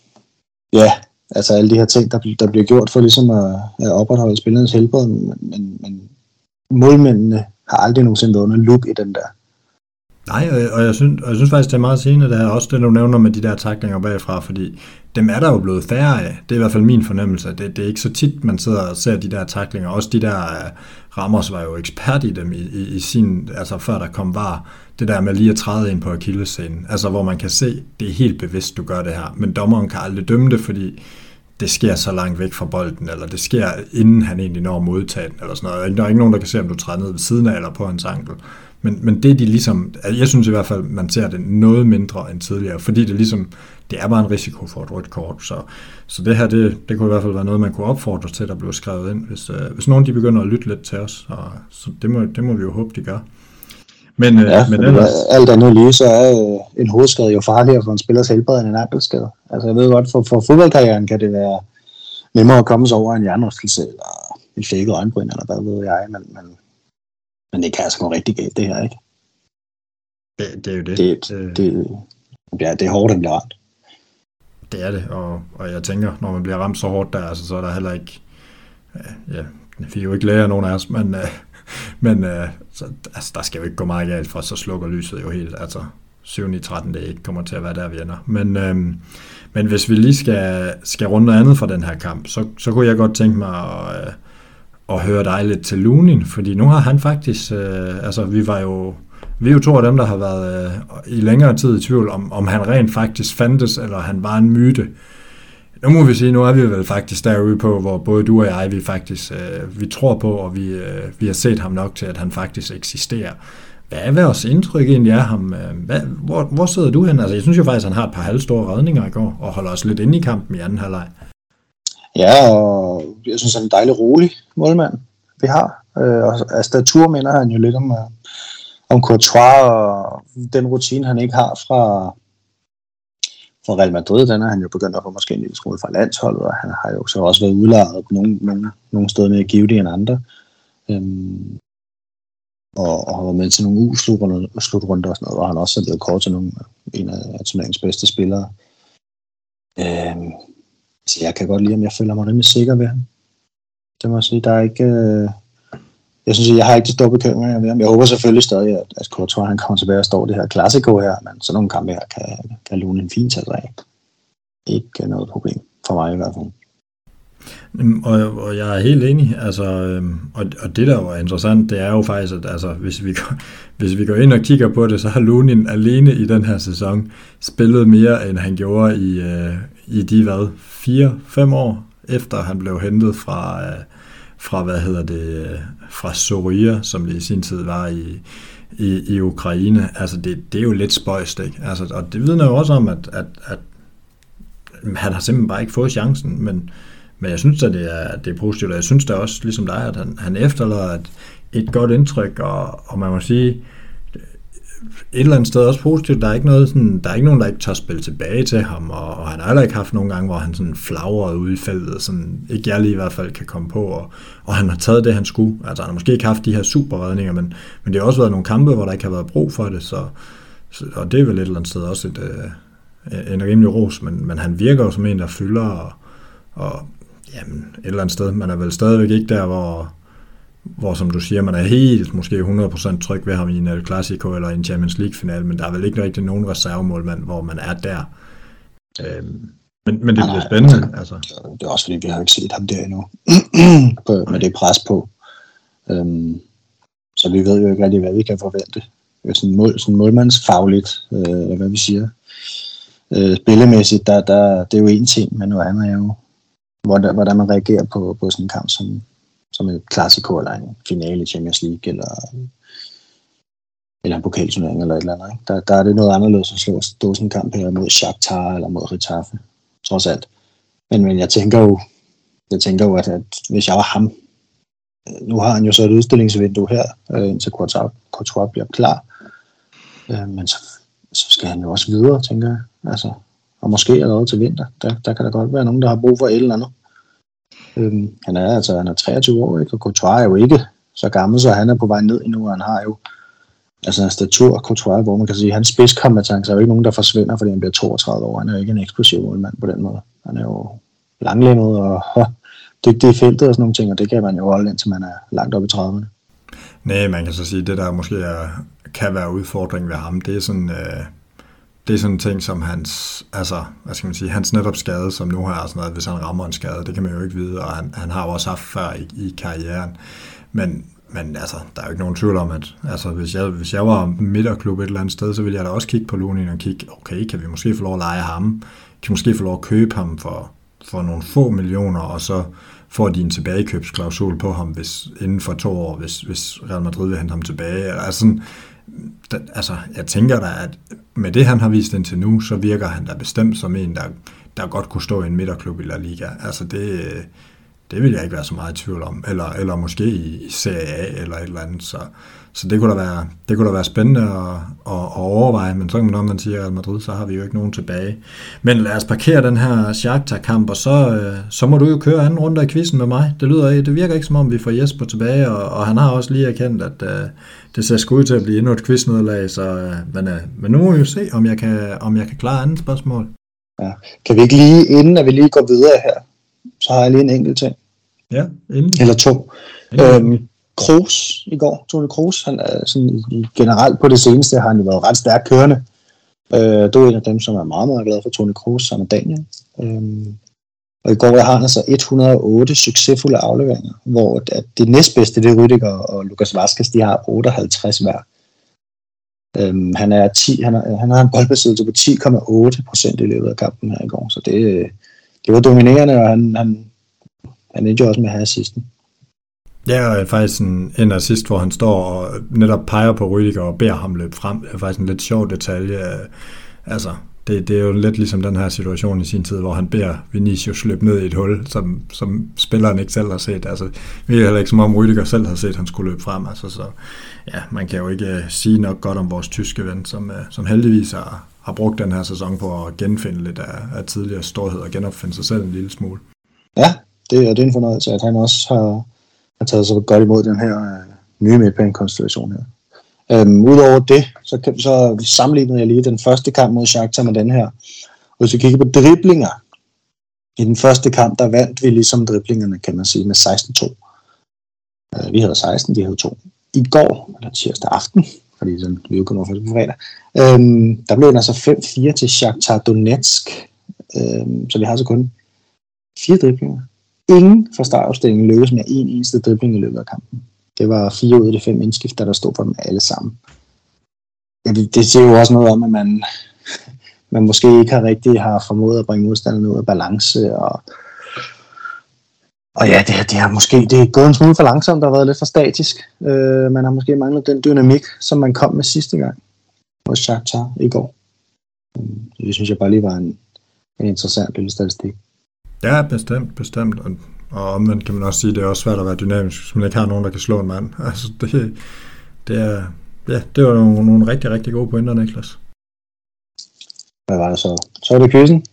ja, altså alle de her ting, der, der bliver gjort for ligesom at, at opretholde spillernes helbred, men, men, men målmændene har aldrig nogensinde været under lup i den der. Nej, og jeg synes, og jeg synes faktisk, det er meget sigende, det her, også det, du nævner med de der tacklinger bagfra, fordi dem er der jo blevet færre af. Det er i hvert fald min fornemmelse. Det, det er ikke så tit, man sidder og ser de der tacklinger. Også de der uh, Ramos var jo ekspert i dem i, i, i sin, altså før der kom var det der med lige at træde ind på akillessenen. Altså hvor man kan se, det er helt bevidst, du gør det her. Men dommeren kan aldrig dømme det, fordi det sker så langt væk fra bolden, eller det sker inden han egentlig når at modtage den, eller sådan noget. Der er ikke nogen, der kan se, om du træder ned ved siden af, eller på hans ankel. Men, men det er de ligesom, jeg synes i hvert fald, man ser det noget mindre end tidligere, fordi det ligesom, det er bare en risiko for et rødt kort, så, så det her, det, det kunne i hvert fald være noget, man kunne opfordre til, der blev skrevet ind, hvis, øh, hvis nogen de begynder at lytte lidt til os, og, så det må, det må vi jo håbe, de gør. Men, øh, ja, men ellers... alt andet lige, så er øh, en hovedskade jo farligere for en spillers helbred end en ankelskade. Altså jeg ved godt, for, for fodboldkarrieren kan det være nemmere at komme sig over en hjernerystelse, eller en flækket øjenbryn, eller hvad ved jeg, men, men Men det kan altså gå rigtig galt, det her, ikke? Det, det er jo det. Det, det, det, ja, det er hårdt, at blive ramt. Det er det, og, og jeg tænker, når man bliver ramt så hårdt der, altså, så er der heller ikke... Ja, vi er jo ikke læger, nogen af os, men, men så, altså, der skal jo ikke gå meget galt, for så slukker lyset jo helt. Altså syv ni tretten, det ikke kommer til at være der, vi ender. Men, øhm, men hvis vi lige skal, skal runde noget andet fra den her kamp, så, så kunne jeg godt tænke mig at... Øh, og høre dig lidt til Lunin, fordi nu har han faktisk, øh, altså vi var jo, vi er jo to af dem, der har været øh, i længere tid i tvivl om, om han rent faktisk fandtes, eller han var en myte. Nu må vi sige, nu er vi vel faktisk derude på, hvor både du og jeg, vi faktisk, øh, vi tror på, og vi, øh, vi har set ham nok til, at han faktisk eksisterer. Hvad er vores indtryk egentlig af ham? Hvad, hvor, hvor sidder du hen? Altså jeg synes jo faktisk, han har et par halvstore redninger i går, og holder os lidt inde i kampen i anden halvleg. Ja, og jeg synes, han er en dejlig rolig målmand, vi har. Øh, og af statur minder han jo lidt om, om Courtois, og den rutine, han ikke har fra, fra Real Madrid, den er han jo begyndt at få måske en lille smule fra landsholdet, og han har jo så også været udlejet på nogle, nogle, nogle steder med at give det end andre. Øhm, og, og har været med til nogle U-slutrunder og sådan noget, hvor han også er blevet kort til nogle, en af turneringens bedste spillere. Øhm, Så jeg kan godt lide, om jeg føler mig rimelig sikker ved ham. Det må jeg sige, der er ikke... Øh... Jeg synes, jeg har ikke de store bekymringer ved ham. Jeg håber selvfølgelig stadig, at, at Courtois, han kommer tilbage og står det her klassiko her, men sådan nogle kampe her kan, kan Lunin fint tage sig af. Ikke noget problem for mig i hvert fald. Og, og jeg er helt enig, altså, og, og det der var interessant, det er jo faktisk, at altså, hvis, vi går, hvis vi går ind og kigger på det, så har Lunin alene i den her sæson spillet mere, end han gjorde i, øh, i de, hvad, fire, fem år, efter han blev hentet fra, øh, fra hvad hedder det, øh, fra Soria, som det i sin tid var i, i, i Ukraine. Altså, det, det er jo lidt spøjst, ikke? Altså, og det vidner jo også om, at, at, at han har simpelthen bare ikke fået chancen, men Men jeg synes, at det er, det er positivt, og jeg synes da også, ligesom dig, at han, han efterlader et, et godt indtryk, og, og man må sige, et eller andet sted også positivt. Der er ikke noget sådan, der er ikke nogen, der ikke tør spille tilbage til ham, og, og han har heller ikke haft nogle gange, hvor han sådan flagrede ude i feltet, sådan ikke jeg lige i hvert fald kan komme på, og, og han har taget det, han skulle. Altså han har måske ikke haft de her superredninger, men, men det har også været nogle kampe, hvor der ikke har været brug for det, så, så og det er vel et eller andet sted også et, øh, en rimelig ros, men, men han virker jo som en, der fylder, og, og jamen, et eller andet sted, man er vel stadigvæk ikke der, hvor hvor som du siger, man er helt måske hundrede procent tryg ved ham i en El Clasico eller en Champions League-final, men der er vel ikke rigtig nogen reservemålmand, hvor man er der. Øhm, men, men det bliver spændende. Altså. Det er også fordi, vi har jo ikke set ham der endnu, på, med det pres på. Øhm, så vi ved jo ikke rigtig, hvad vi kan forvente. Sådan, mål, sådan målmandsfagligt, øh, hvad vi siger. Øh, spillemæssigt, der, der, det er jo en ting, men noget andet er jo, hvordan, hvordan man reagerer på, på sådan en kamp, som som et Clasico eller en finale i Champions League eller, eller en pokalturnering eller et eller andet. Ikke? Der, der er det noget anderledes at slå, stå sådan en kamp her mod Shakhtar eller mod Getafe, trods alt. Men, men jeg tænker jo, jeg tænker jo at, at hvis jeg var ham, nu har han jo så et udstillingsvindue her, øh, indtil Courtois bliver klar, øh, men så, så skal han jo også videre, tænker jeg. Altså, og måske allerede til vinter. Der, der kan der godt være nogen, der har brug for et eller andet. Øhm, han er altså han er treogtyve år, ikke? Og Courtois er jo ikke så gammel, så han er på vej ned endnu, og han har jo altså en statur Courtois, hvor man kan sige, at hans spidskompetence er jo ikke nogen, der forsvinder, fordi han bliver toogtredive år. Han er jo ikke en eksplosiv målmand på den måde. Han er jo langlemmet og oh, dygtig i feltet og sådan nogle ting, og det kan man jo holde indtil man er langt op i trediverne. Nej, man kan så sige, at det der måske er, kan være udfordring ved ham, det er sådan... Øh Det er sådan en ting, som hans, altså, hvad skal man sige, hans netop skade, som nu har sådan noget, hvis han rammer en skade, det kan man jo ikke vide, og han, han har jo også haft før i, i karrieren. Men, men altså, der er jo ikke nogen tvivl om, at altså, hvis, jeg, hvis jeg var midterklub et eller andet sted, så ville jeg da også kigge på Lunin og kigge, okay, kan vi måske få lov at lege ham? Kan vi måske få lov at købe ham for, for nogle få millioner, og så får de en tilbagekøbsklausul på ham, hvis, inden for to år, hvis, hvis Real Madrid vil hente ham tilbage. Altså sådan, da, altså, jeg tænker da, at med det, han har vist indtil nu, så virker han da bestemt som en, der, der godt kunne stå i en midterklub i La Liga. Altså det, det vil jeg ikke være så meget i tvivl om. Eller, eller måske i Serie A eller et eller andet. Så, så det, kunne da være, det kunne da være spændende at, at, at overveje. Men så kan man, når man siger Real Madrid, så har vi jo ikke nogen tilbage. Men lad os parkere den her Shakhtar-kamp, og så, så må du jo køre anden runde af quizzen med mig. Det lyder, det virker ikke som om, vi får Jesper tilbage, og, og han har også lige erkendt, at uh, det ser sgu ud til at blive endnu et quiznederlag. Så, uh, men, uh, men nu må vi jo se, om jeg kan, om jeg kan klare andet spørgsmål. Ja. Kan vi ikke lige, inden at vi lige går videre her, så har jeg lige en enkelt ting. Ja, endelig. Eller to. Øhm, Kroos i går, Toni Kroos, han er sådan generelt på det seneste, har han jo været ret stærkt kørende. Øh, du er en af dem, som er meget, meget glad for Toni Kroos, som er Daniel. Øhm, og i går der har han altså et hundrede og otte succesfulde afleveringer, hvor at det næstbedste, det er Rüdiger og Lucas Vazquez, de har otteoghalvtreds hver. Øhm, han, er ti, han, er, han har en boldbesiddelse på ti komma otte procent i løbet af kampen her i går, så det, det var dominerende, og han, han, han endte jo også med at have assisten. Ja, og faktisk en, en assist, hvor han står og netop peger på Rüdiger og beder ham løbe frem. Det er faktisk en lidt sjov detalje. Altså, det, det er jo lidt ligesom den her situation i sin tid, hvor han beder Vinicius løbe ned i et hul, som, som spilleren ikke selv har set. Altså, vi er heller ikke som om Rüdiger selv har set, at han skulle løbe frem. Altså, så ja, man kan jo ikke sige nok godt om vores tyske ven, som, som heldigvis har, har brugt den her sæson på at genfinde lidt af, af tidligere storhed og genopfinde sig selv en lille smule. Ja, det, det er en fornøjelse, at han også har har taget så godt imod den her øh, nye midtbanekonstellation her. Øhm, Udover det, så, kan, så sammenlignede jeg lige den første kamp mod Shakhtar med den her. Og hvis vi kigger på driblinger, i den første kamp, der vandt vi ligesom driblingerne, kan man sige, med seksten to. Øh, vi havde seksten, de havde to. I går, eller tirsdag aften, fordi den, vi jo kun var først på fredag, øhm, der blev den altså fem fire til Shakhtar Donetsk. Øhm, så vi har så kun fire driblinger. Ingen fra startopstillingen lykkedes med en eneste dribling i løbet af kampen. Det var fire ud af de fem indskifter, der stod for dem alle sammen. Ja, det, det siger jo også noget om, at man, man måske ikke har rigtig har formået at bringe modstanderne ud af balance. Og, og ja, det, det har måske det er gået en smule for langsomt, der har været lidt for statisk. Øh, man har måske manglet den dynamik, som man kom med sidste gang hos Shakhtar i går. Det synes jeg bare lige var en, en interessant lille statistik. Ja, bestemt, bestemt. Og, og omvendt kan man også sige, at det er også svært at være dynamisk, hvis man ikke har nogen, der kan slå en mand. Altså, det, det, er, Ja, det var nogle, nogle rigtig, rigtig gode pointer, Niklas. Hvad var det så? Så er det quizzen.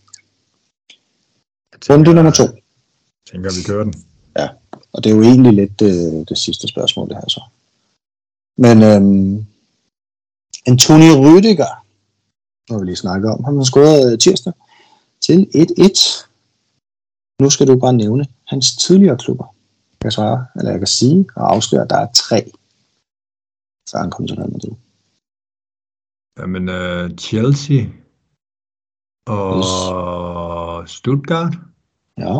Runde nummer to. Jeg tænker, vi kører den. Ja, og det er jo egentlig lidt det, det sidste spørgsmål, det her så. Men øhm, Antonio Rüdiger, nu har vi lige snakket om, han har scoret tirsdag til et et. Nu skal du bare nævne hans tidligere klubber. Jeg kan svare, eller jeg kan sige og afsløre, at der er tre. Så han kommer til Real Madrid. Jamen, uh, Chelsea og yes. Stuttgart. Ja.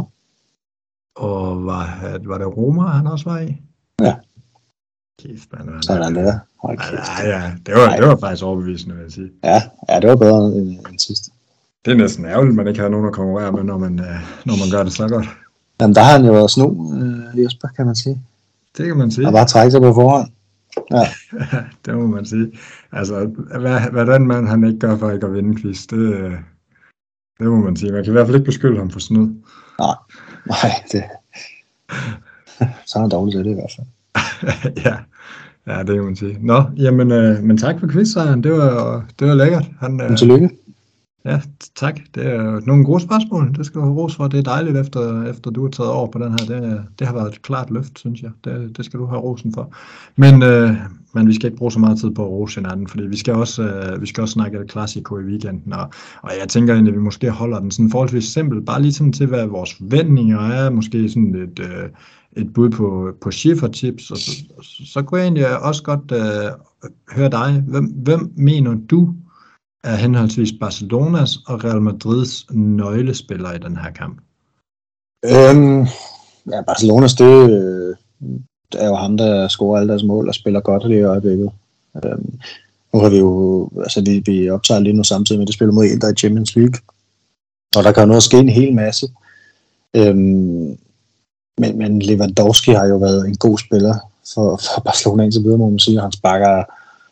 Og var, var det Roma, han også var i? Ja. Kæft, man. Sådan der. Ja, ja, det var, det var faktisk overbevisende, vil jeg sige. Ja, ja det var bedre end, end sidste. Det er næsten ærgerligt, at man ikke har nogen at konkurrere med, når man, når man gør det så godt. Jamen, der har han jo været snu, øh, Jesper, kan man sige. Det kan man sige. Og bare trække sig på forhånd. Ja. Det må man sige. Altså, hvad, hvad den mand, han ikke gør for ikke at vinde quiz, det, det må man sige. Man kan i hvert fald ikke beskylde ham for snyd. Nej, nej, det... så er han dårligt til det i hvert fald. ja. ja, det kan man sige. Nå, jamen, øh, men tak for quiz-sejren. Det var, det var lækkert. Han, øh, tillykke. Ja, tak. Det er nogle gode spørgsmål. Det skal du have ros for. Det er dejligt, efter, efter du har taget over på den her. Det, det har været et klart løft, synes jeg. Det, det skal du have rosen for. Men, øh, men vi skal ikke bruge så meget tid på at rose hinanden, fordi vi skal også, øh, vi skal også snakke et Clasico i weekenden. Og, og jeg tænker egentlig, at vi måske holder den sådan forholdsvis simpelt. Bare lige sådan til, hvad vores forventninger er. Måske sådan et, øh, et bud på, på Schiffer-tips. Og så, så, så kunne jeg egentlig også godt øh, høre dig. Hvem, hvem mener du er henholdsvis Barcelonas og Real Madrids nøglespillere i den her kamp? Øhm, ja, Barcelonas, det, det er jo ham, der scorer alle deres mål og spiller godt i det øjeblikket. Øhm, nu har vi jo, altså vi, vi optager lige nu samtidig med, at det spiller mod Inter i Champions League. Og der kan jo noget ske en hel masse. Øhm, men, men Lewandowski har jo været en god spiller for, for Barcelona indtil videre, må man sige, og han sparker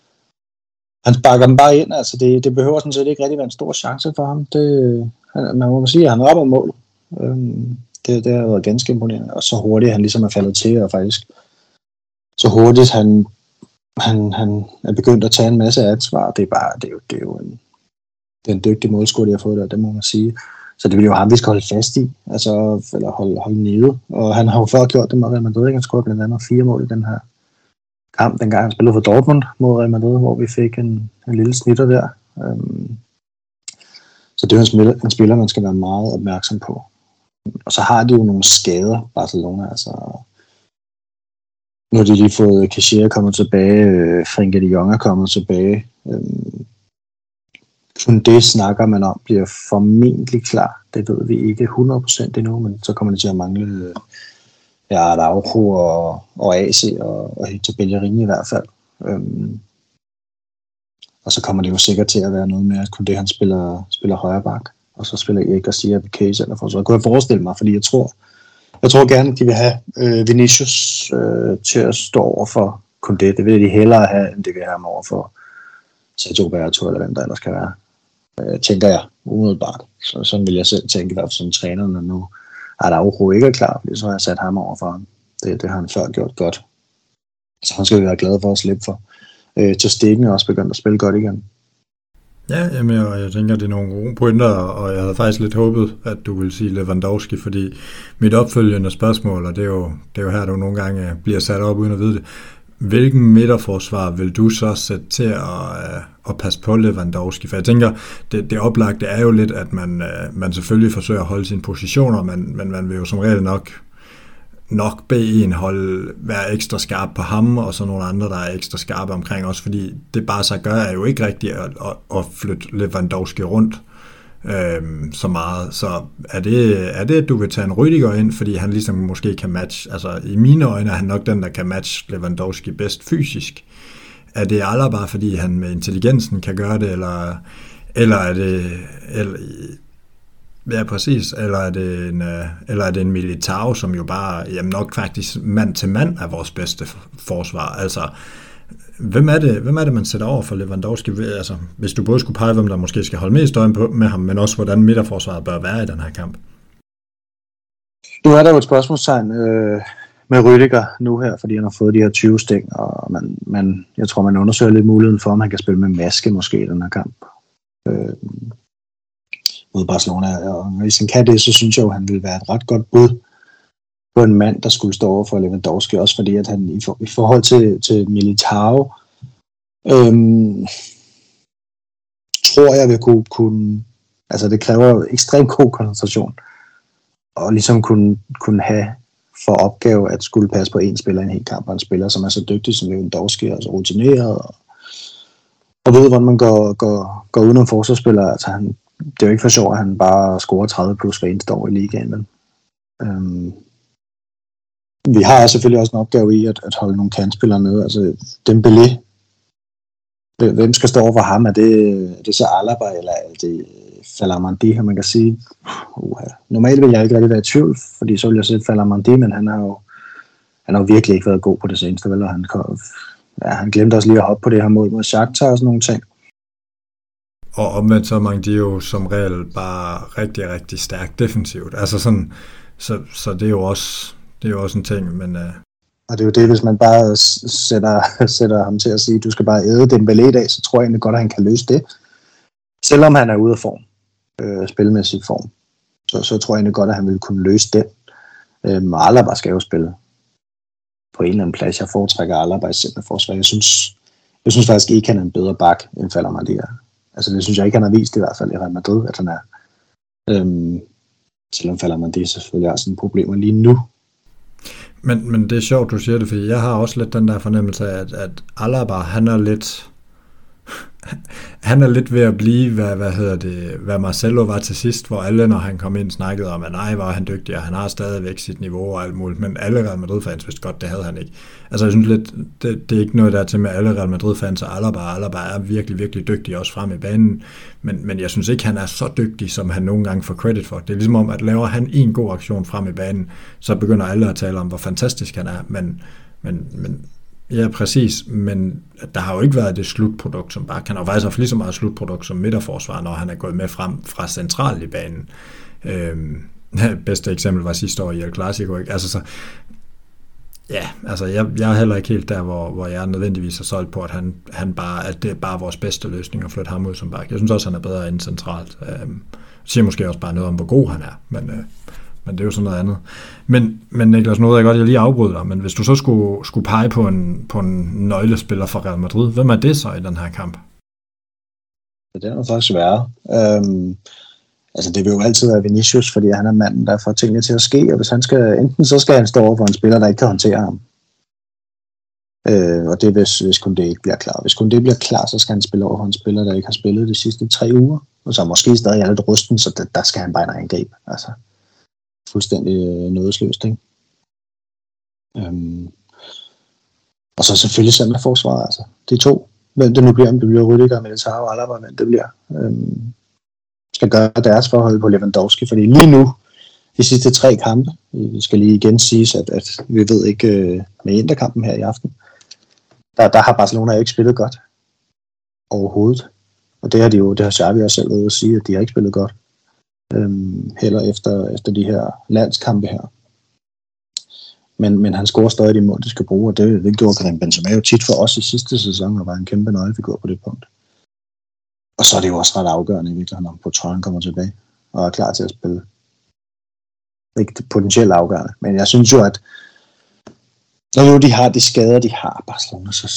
Han sparker dem bare ind, altså det, det behøver sådan set ikke rigtig være en stor chance for ham. Det, man må sige, at han rammer mål. Øhm, det, det har været ganske imponerende, og så hurtigt han ligesom er faldet til, og faktisk så hurtigt han, han, han er begyndt at tage en masse ansvar. Det er bare, det er jo, det er jo en, det er en dygtig målscorer, de har fået der, det må man sige. Så det vil jo ham, vi skal holde fast i, altså, eller holde, holde nede. Og han har jo før gjort det med Real Madrid, han scorede blandt andet fire mål i den her kamp, dengang han spillede for Dortmund mod Real Madrid, hvor vi fik en, en lille snitter der. Um, så det er jo en spiller, en spiller, man skal være meget opmærksom på. Og så har de jo nogle skader, Barcelona. Altså, nu har de lige fået Cassier kommet tilbage, øh, Frenkie de Jong er kommet tilbage. Um, kun det snakker man om, bliver formentlig klar. Det ved vi ikke hundrede procent endnu, men så kommer det til at mangle... Ja, Araujo og, og A C og, og Hector Bellerin i hvert fald. Øhm, og så kommer det jo sikkert til at være noget med, at kun det han spiller, spiller højre bak, og så spiller Erik Garcia på case eller for så. Kunne jeg forestille mig, fordi jeg tror, jeg tror gerne, at de vil have øh, Vinicius øh, til at stå over for kun det. Det vil de hellere have, end det vil have ham over for Sergio Roberto eller hvem der ellers kan være. Øh, tænker jeg umiddelbart. Så sådan vil jeg selv tænke, i hvert fald som træner, når nu Araujo ikke er klar, fordi så har jeg sat ham over for ham. Det, det har han før gjort godt. Så han skal vi være glad for at slippe for. Øh, til Stegen er også begyndt at spille godt igen. Ja, jamen, jeg, jeg tænker, det er nogle gode pointer, og jeg havde faktisk lidt håbet, at du ville sige Lewandowski, fordi mit opfølgende spørgsmål, og det er jo, det er jo her, du nogle gange bliver sat op uden at vide det, hvilken midterforsvar vil du så sætte til at, at passe på Lewandowski? For jeg tænker, det, det oplagte er jo lidt, at man, man selvfølgelig forsøger at holde sine positioner, men, men man vil jo som regel nok, nok bede en hold være ekstra skarp på ham, og så nogle andre, der er ekstra skarpe omkring os, fordi det bare så gør er jo ikke rigtigt at, at, at flytte Lewandowski rundt øhm, så meget. Så er det, er det, at du vil tage en Rüdiger ind, fordi han ligesom måske kan matche, altså i mine øjne er han nok den, der kan matche Lewandowski bedst fysisk. Er det Alaba, fordi han med intelligensen kan gøre det, eller, eller er det... Eller, ja, præcis. Eller er det en, eller er det en Militao, som jo bare, jamen nok faktisk mand til mand er vores bedste forsvar. Altså, hvem er det, hvem er det man sætter over for Lewandowski? Altså, hvis du både skulle pege, hvem der måske skal holde mest øje på med ham, men også hvordan midterforsvaret bør være i den her kamp. Nu er der jo et spørgsmålstegn øh, med Rüdiger nu her, fordi han har fået de her tyve sting, og man, man, jeg tror, man undersøger lidt muligheden for, om han kan spille med maske måske i den her kamp øh, mod Barcelona. Og hvis han kan det, så synes jeg jo, han vil være et ret godt bud på en mand, der skulle stå over for Lewandowski, også fordi at han i, for, i forhold til, til Militao, øhm, tror jeg vil kunne, kunne, altså det kræver ekstremt god koncentration, og ligesom kunne, kunne have for opgave at skulle passe på en spiller i en hel kamp, og en spiller, som er så dygtig som Lewandowski, og så rutineret, og, og ved, hvordan man går, går, går udenom forsvarsspillere. Altså han, det er jo ikke for sjovt, at han bare scorer tredive plus hver eneste år i ligaen, men øhm, vi har selvfølgelig også en opgave i at, at holde nogle kantspillere nede. Altså Dembélé, hvem skal stå over for ham? Er det, er det så Alaba, eller er det Falamandi, man kan sige? Uh, normalt vil jeg ikke rigtig være i tvivl, fordi så vil jeg sætte Falamandi, men han har jo han har jo virkelig ikke været god på det seneste, vel? Og han, kom, ja, han glemte også lige at hoppe på det her mål mod Shakhtar og sådan nogle ting. Og omvendt så er Mangdi jo som regel bare rigtig, rigtig stærkt defensivt. Altså sådan, så, så det er jo også det er jo også en ting, men uh... og det er jo det, hvis man bare sætter, sætter ham til at sige, du skal bare æde Dembélé i dag, så tror jeg egentlig godt, at han kan løse det. Selvom han er ude af form, øh, spilmæssig form, så, så tror jeg egentlig godt, at han vil kunne løse det. Øh, Alaba skal jo spille på en eller anden plads. Jeg foretrækker Alaba i centerforsvar. Jeg synes, jeg synes faktisk ikke, han er en bedre bak end Falamandi er. Altså det synes jeg ikke, han har vist i hvert fald i Real Madrid, at han er. Øhm, selvom Falamandi selvfølgelig har sådan problemer lige nu. Men, men det er sjovt, du siger det, fordi jeg har også lidt den der fornemmelse af, at, at Alaba, han er lidt han er lidt ved at blive, hvad, hvad hedder det, hvad Marcelo var til sidst, hvor alle, når han kom ind, snakkede om, at nej, var han dygtig, og han har stadigvæk sit niveau og alt muligt, men alle Real Madrid-fans vidste godt, det havde han ikke. Altså jeg synes lidt, det, det er ikke noget der til med alle Real Madrid-fans, og Alaba, Alaba er virkelig, virkelig dygtig også frem i banen, men, men jeg synes ikke, han er så dygtig, som han nogle gange får credit for. Det er ligesom om, at laver han en god aktion frem i banen, så begynder alle at tale om, hvor fantastisk han er, men, men, men ja, præcis, men der har jo ikke været det slutprodukt som bak. Han har jo faktisk haft lige så meget slutprodukt som midterforsvar, når han er gået med frem fra centralt i banen. Øhm, bedste eksempel var sidste år i El Clasico, ikke? Altså så, ja, altså jeg, jeg er heller ikke helt der, hvor, hvor jeg nødvendigvis er solgt på, at han, han bare, at det er bare vores bedste løsning at flytte ham ud som bak. Jeg synes også, han er bedre end centralt. Øhm, siger måske også bare noget om, hvor god han er, men øh, men det er jo sådan noget andet. Men, men Niklas, nu ved jeg godt, at jeg lige afbryder dig, men hvis du så skulle, skulle pege på en, på en nøglespiller for Real Madrid, hvem er det så i den her kamp? Det er jo faktisk sværere. Øhm, altså det vil jo altid være Vinicius, fordi han er manden, der får tingene til at ske, og hvis han skal, enten så skal han stå over for en spiller, der ikke kan håndtere ham. Øh, og det er, hvis, hvis kun det ikke bliver klar. Hvis kun det bliver klar, så skal han spille over for en spiller, der ikke har spillet de sidste tre uger, og så måske stadig er lidt rusten, så det, der skal han bare ind og angribe. Altså fuldstændig nådesløst, ikke? Øhm. Og så selvfølgelig centerforsvaret, altså. De to, hvem det nu bliver, om det bliver Rüdiger, Militao og Alaba, hvem det bliver, øhm, skal gøre deres forhold på Lewandowski, fordi lige nu, de sidste tre kampe, vi skal lige igen sige, at, at vi ved ikke øh, med Interkampen her i aften, der, der har Barcelona ikke spillet godt overhovedet. Og det har de jo, det har Xavi også selv været at sige, at de har ikke spillet godt. Øhm, heller efter, efter de her landskampe her. Men, men han scorer stadig de mål, de skal bruge, og det, det gjorde Karim Benzema jo tit for os i sidste sæson, og var en kæmpe nøglefigur på det punkt. Og så er det jo også ret afgørende i virkeligheden, når Courtois kommer tilbage og er klar til at spille. Ikke potentielt afgørende, men jeg synes jo, at når jo de har de skader, de har Barcelona, så,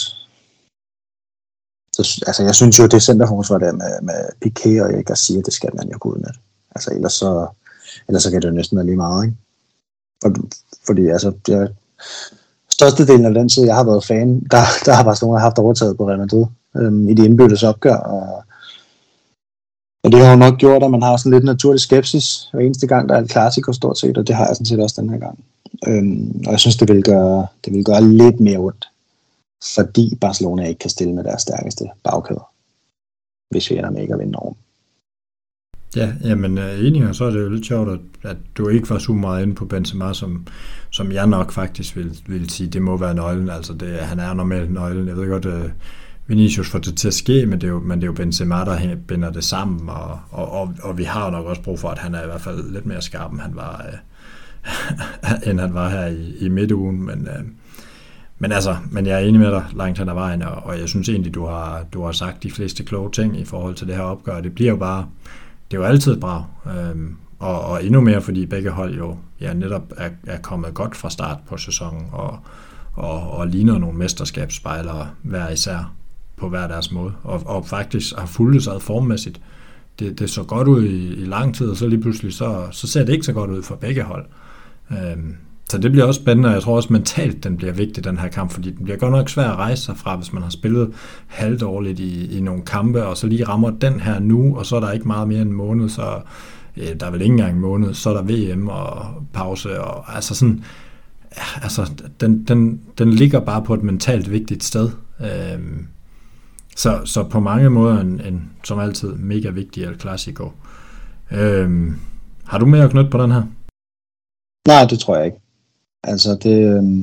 så altså jeg synes jo, det centerforsvar der med, med Piqué og Garcia, det skal man jo gå ud med. Altså ellers så, ellers så kan det jo næsten være lige meget, ikke? For, fordi altså, jeg, størstedelen af den tid, jeg har været fan, der, der har Barcelona haft overtaget på Real Madrid øhm, i de indbyrdes opgør, og, og det har jo nok gjort, at man har sådan lidt naturlig skepsis hver eneste gang, der er et Clasico stort set, og det har jeg sådan set også den her gang. Øhm, og jeg synes, det vil, gøre, det vil gøre lidt mere ondt, fordi Barcelona ikke kan stille med deres stærkeste bagkæder, hvis vi ender med ikke at vinde over. Ja, jamen enig, og så er det jo lidt sjovt, at, at du ikke var så meget inde på Benzema, som, som jeg nok faktisk vil, vil sige, det må være nøglen. Altså det, han er normalt nøglen. Jeg ved godt, at Vinicius får det til at ske, men det er jo, men det er jo Benzema, der binder det sammen, og, og, og, og vi har jo nok også brug for, at han er i hvert fald lidt mere skarp, end han var, end han var her i, i midtugen, men, øh, men altså, men jeg er enig med dig langt hen ad vejen, og, og jeg synes egentlig, du har, du har sagt de fleste kloge ting i forhold til det her opgør. Det bliver jo bare, det er jo altid et brag, øh, og, og endnu mere, fordi begge hold jo ja, netop er, er kommet godt fra start på sæsonen, og, og, og ligner nogle mesterskabsspejlere hver især på hver deres måde, og, og faktisk har fulgt sig formmæssigt. Det, det så godt ud i, i lang tid, og så lige pludselig, så, så ser det ikke så godt ud for begge hold. Øhm, så det bliver også spændende, og jeg tror også mentalt, den bliver vigtig, den her kamp, fordi den bliver godt nok svær at rejse sig fra, hvis man har spillet halvdårligt i, i nogle kampe, og så lige rammer den her nu, og så er der ikke meget mere end en måned, så øh, der er vel ikke engang en måned, så er der V M og pause, og altså sådan, ja, altså, den, den, den ligger bare på et mentalt vigtigt sted. Øhm, Så, så på mange måder en, en som altid, mega vigtig El Clasico. Øhm, har du mere at knytte på den her? Nej, det tror jeg ikke. Altså, det...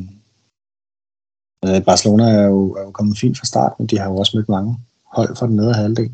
Øh, Barcelona er jo, er jo kommet fint fra start, men de har jo også mødt mange hold fra den nedre halvdel.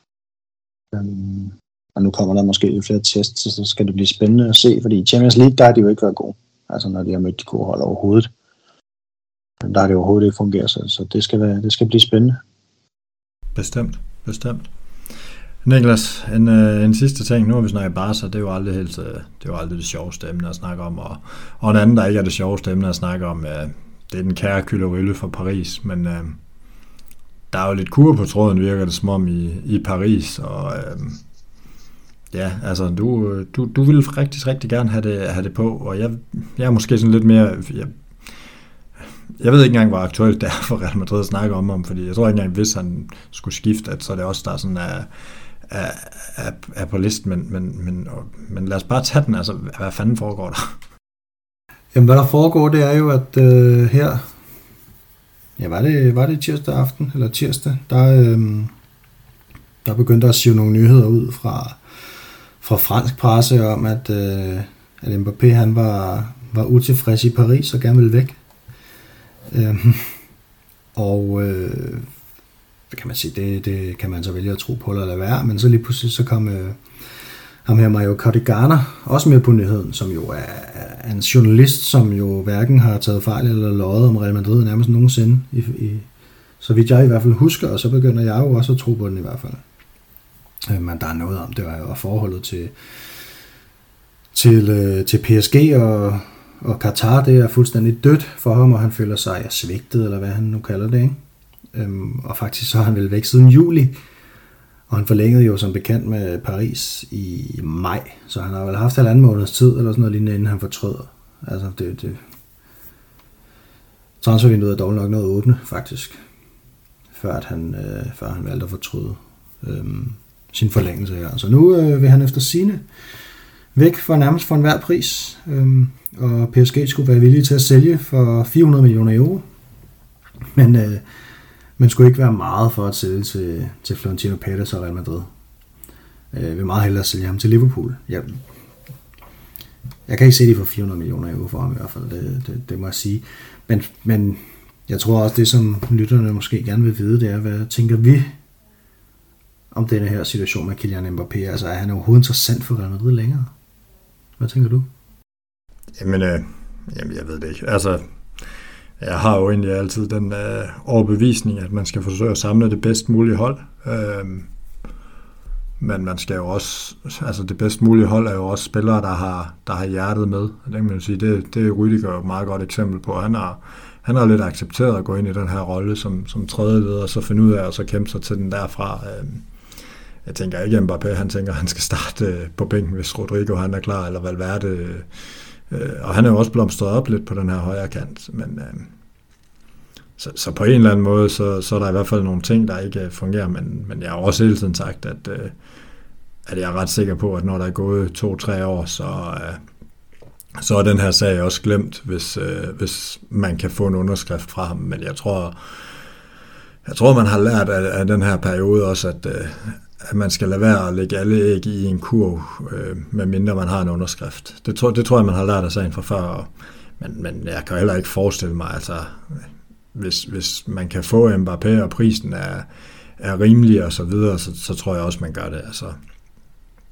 Øhm, og nu kommer der måske lidt flere tests, så skal det blive spændende at se, fordi i Champions League, der har de jo ikke været gode. Altså, når de har mødt de gode hold overhovedet. Men der har det overhovedet ikke fungeret, så, så det, skal være, det skal blive spændende. Bestemt, bestemt. Niklas, en, øh, en sidste ting. Nu har vi snakket Barca, det er jo aldrig helt, det er jo aldrig det sjoveste emne at snakke om, og, og en anden, der ikke er det sjoveste emne at snakke om, øh, det er den kære Kylerille fra Paris, men øh, der er jo lidt kur på tråden, virker det som om i, i Paris, og øh, ja, altså du, du, du ville rigtig, rigtig gerne have det, have det på, og jeg, jeg er måske sådan lidt mere... Jeg, Jeg ved ikke engang, hvor aktuelt det er for Real Madrid at snakke om ham, fordi jeg tror ikke engang, hvis han skulle skifte, at så er det også der sådan er, er, er, er på listen, men, men, men, men lad os bare tage den, altså hvad fanden foregår der? Jamen hvad der foregår, det er jo, at øh, her, ja var det, var det tirsdag aften, eller tirsdag, der, øh, der begyndte at sive nogle nyheder ud fra, fra fransk presse om, at, øh, at Mbappé han var, var utilfreds i Paris og gerne ville væk. Øhm, og øh, hvad kan man sige, det, det kan man så vælge at tro på eller lade være, men så lige pludselig så kom øh, ham her Mario Cardigana også med på nyheden, som jo er, er en journalist, som jo hverken har taget fejl eller løjet om Real Madrid nærmest nogensinde, i, i, så vidt jeg i hvert fald husker, og så begynder jeg jo også at tro på den i hvert fald. Øh, men der er noget om, det var jo forholdet til, til, øh, til P S G og Og Qatar, det er fuldstændig dødt for ham, og han føler sig ja, svigtet, eller hvad han nu kalder det, ikke? Øhm, og faktisk så er han vel væk siden juli, og han forlængede jo som bekendt med Paris i maj, så han har vel haft halvanden måneds tid, eller sådan noget lignende, inden han fortrød. Altså, det, det... transfervinduet er dog nok noget åbne, faktisk, før, at han, øh, før han valgte at fortryde øh, sin forlængelse her. Så nu øh, vil han efter sigende væk for nærmest for enhver pris, øhm, og P S G skulle være villige til at sælge for fire hundrede millioner euro, men øh, man skulle ikke være meget for at sælge til, til Florentino Pérez og Real Madrid. Øh, vil meget hellere sælge ham til Liverpool. Jeg, jeg kan ikke se det for fire hundrede millioner euro for ham i hvert fald, det, det, det må jeg sige. Men, men jeg tror også, det som lytterne måske gerne vil vide, det er, hvad tænker vi om denne her situation med Kylian Mbappé? Altså, er han overhovedet interessant for Real Madrid længere? Hvad tænker du? Jamen, øh, jamen, jeg ved det ikke. Altså, jeg har jo egentlig altid den øh, overbevisning, at man skal forsøge at samle det bedst mulige hold. Øh, men man skal jo også, altså det bedst mulige hold er jo også spillere, der har, der har hjertet med. Det kan man sige, det, det er Rüdiger jo et meget godt eksempel på. Han har, han har lidt accepteret at gå ind i den her rolle som, som tredje leder, og så finde ud af at så kæmpe sig til den derfra. Øh, Jeg tænker ikke, at Mbappé, han tænker, at han skal starte på bænken, hvis Rodrigo han er klar, eller Valverde. Og han er jo også blomstret op lidt på den her højre kant. Men, så, så på en eller anden måde, så, så er der i hvert fald nogle ting, der ikke fungerer. Men, men jeg har også hele tiden sagt, at, at jeg er ret sikker på, at når der er gået to-tre år, så, så er den her sag også glemt, hvis, hvis man kan få en underskrift fra ham. Men jeg tror, jeg tror man har lært af, af den her periode også, at at man skal lade være at lægge alle æg i en kurv, øh, medmindre man har en underskrift. Det tror, det tror jeg, man har lært af sagen fra før, men, men jeg kan heller ikke forestille mig, altså, hvis, hvis man kan få Mbappé, og prisen er, er rimelig og så videre, så, så tror jeg også, man gør det. Altså,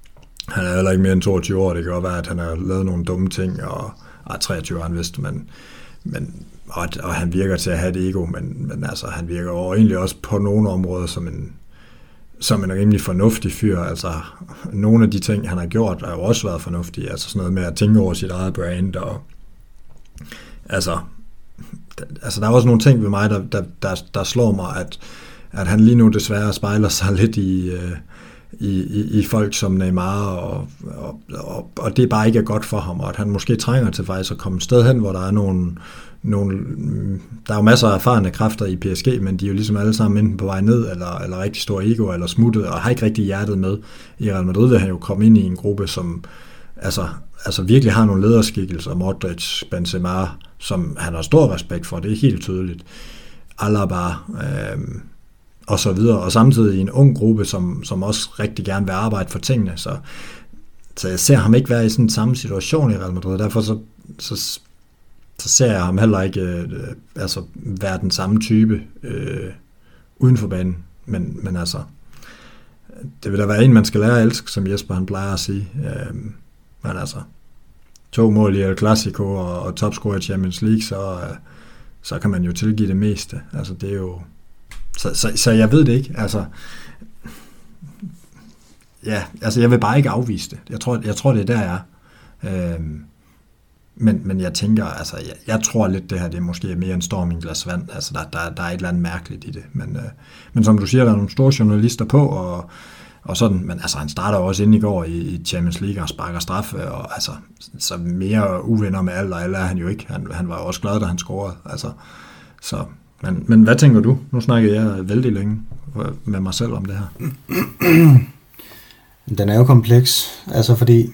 Han er heller ikke mere end toogtyve år, det kan godt være, at han har lavet nogle dumme ting, og ah, treogtyve han vidste, men, men og, og han virker til at have et ego, men, men altså, han virker jo egentlig også på nogle områder som en, som en rimelig fornuftig fyr. Altså, nogle af de ting, han har gjort, har jo også været fornuftige. Altså sådan noget med at tænke over sit eget brand, og altså, altså der er også nogle ting ved mig, der, der, der, der slår mig, at, at han lige nu desværre spejler sig lidt i, i, i, i folk som Neymar, og, og, og, og det bare ikke er godt for ham, og at han måske trænger til faktisk at komme et sted hen, hvor der er nogle, nogle der er jo masser af erfarne kræfter i P S G, men de er jo ligesom alle sammen enten på vej ned, eller, eller rigtig store ego, eller smuttet, og har ikke rigtig hjertet med. I Real Madrid vil han jo komme ind i en gruppe, som altså, altså virkelig har nogle lederskikkelser, Modric, Benzema, som han har stor respekt for, det er helt tydeligt. Alaba, øh, og så videre, og samtidig i en ung gruppe, som, som også rigtig gerne vil arbejde for tingene, så, så jeg ser ham ikke være i sådan en samme situation i Real Madrid, derfor så, så, så ser jeg ham heller ikke øh, altså være den samme type øh, uden for banen, men, men altså, det vil da være en, man skal lære at elske, som Jesper han plejer at sige, øh, men altså, to mål i El Clasico og, og topscorer i Champions League, så, øh, så kan man jo tilgive det meste, altså det er jo Så, så, så jeg ved det ikke, altså, ja, altså jeg vil bare ikke afvise det. Jeg tror, jeg tror det er der, jeg er. Øhm, men, men jeg tænker, altså, jeg, jeg tror lidt, det her, det er måske mere en storm i en glas vand. Altså, der, der, der er et eller andet mærkeligt i det. Men, øh, men som du siger, der er nogle store journalister på, og, og sådan, men altså, han starter også inde i går i, i Champions League og sparker straffe, og altså, så mere uvenner med alle, og alle er han jo ikke. Han, han var jo også glad, da han scorede, altså, så... Men, men hvad tænker du? Nu snakker jeg vældig længe med mig selv om det her. Den er jo kompleks, altså fordi,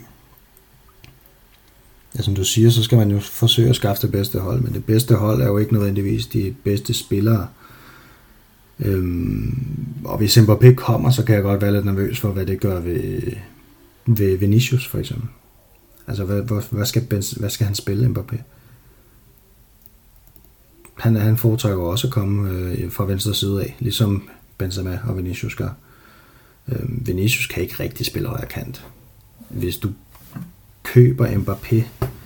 ja, som du siger, så skal man jo forsøge at skaffe det bedste hold, men det bedste hold er jo ikke nødvendigvis de bedste spillere. Øhm, og hvis Mbappé kommer, så kan jeg godt være lidt nervøs for, hvad det gør ved, ved Vinicius for eksempel. Altså, hvad, hvad, skal, hvad skal han spille, Mbappé? Han, han foretrækker også at komme øh, fra venstre side af, ligesom Benzema og Vinicius gør. Øh, Vinicius kan ikke rigtig spille højre kant. Hvis du køber Mbappé,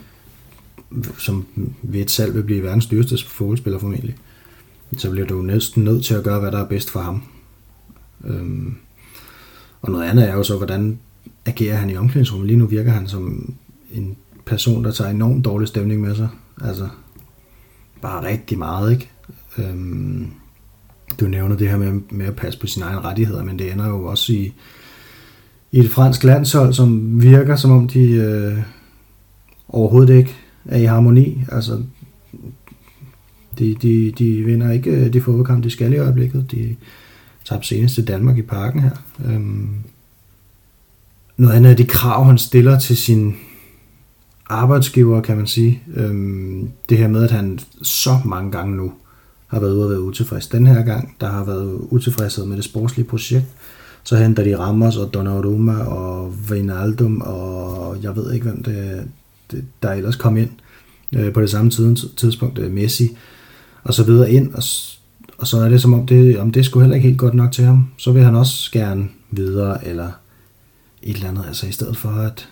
som ved et salg vil blive verdens dyreste fodboldspiller formentlig, så bliver du næsten nødt til at gøre, hvad der er bedst for ham. Øh, og noget andet er jo så, hvordan agerer han i omklædningsrummet. Lige nu virker han som en person, der tager enormt dårlig stemning med sig. Altså, bare rigtig meget, ikke? Øhm, du nævner det her med, med at passe på sine egne rettigheder, men det ender jo også i, i et fransk landshold, som virker som om de øh, overhovedet ikke er i harmoni. Altså, de, de, de vinder ikke de fodboldkampe, de skal i øjeblikket. De tabte senest til Danmark i Parken her. Øhm, noget andet er de krav, han stiller til sin arbejdsgiver, kan man sige. Øhm, det her med, at han så mange gange nu har været ude og været utilfreds. Den her gang, der har været utilfredshed med det sportslige projekt, så henter de Ramos og Donnarumma og Wijnaldum og jeg ved ikke, hvem det, det der ellers kom ind øh, på det samme tidspunkt, øh, Messi og så videre ind, og, og så er det som om det, om det skulle heller ikke helt godt nok til ham, så vil han også gerne videre, eller et eller andet, altså i stedet for at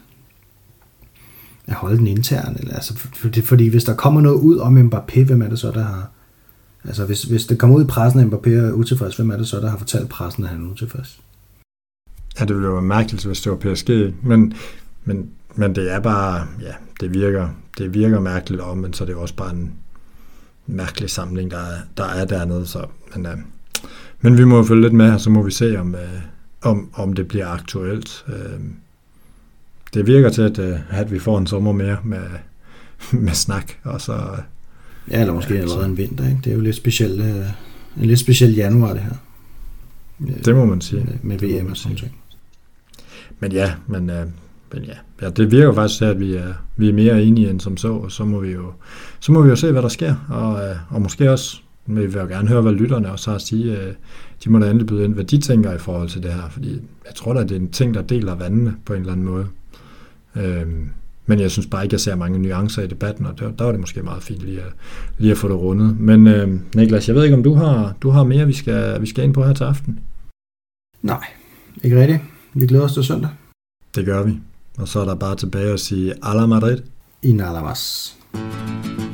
at holde den intern, eller, altså, fordi, fordi hvis der kommer noget ud om Mbappé, hvem er det så, der har, altså hvis, hvis det kommer ud i pressen, at Mbappé er utilfreds, hvem er det så, der har fortalt pressen, at han er utilfreds? Ja, det ville jo være mærkeligt, hvis det var P S G, men, men, men det er bare, ja, det virker, det virker mærkeligt om, men så er det jo også bare en mærkelig samling, der er, der er dernede, så, men, uh, men vi må jo følge lidt med her, så må vi se, om, uh, om, om det bliver aktuelt. Uh, Det virker til, at, at vi får en sommer mere med, med snak, og så... Ja, eller måske ja, allerede en vinter, ikke? Det er jo lidt specielt, en lidt speciel januar, det her. Det må man sige. Med, med V M og sådan ting. Men ja, men, men ja. ja, det virker faktisk til, at vi er, vi er mere enige end som så, og så må vi jo, så må vi jo se, hvad der sker, og, og måske også, men vi vil jo gerne høre, hvad lytterne også har at sige. De må da endelig byde ind, hvad de tænker i forhold til det her, fordi jeg tror da, det er en ting, der deler vandene på en eller anden måde. Øhm, men jeg synes bare ikke, at jeg ser mange nuancer i debatten, og der, der var det måske meget fint lige at, lige at få det rundet. Men øhm, Niklas, jeg ved ikke, om du har, du har mere, vi skal, vi skal ind på her til aften? Nej, ikke rigtigt. Vi glæder os til søndag. Det gør vi. Og så er der bare tilbage at sige, Ala Madrid. I nada más.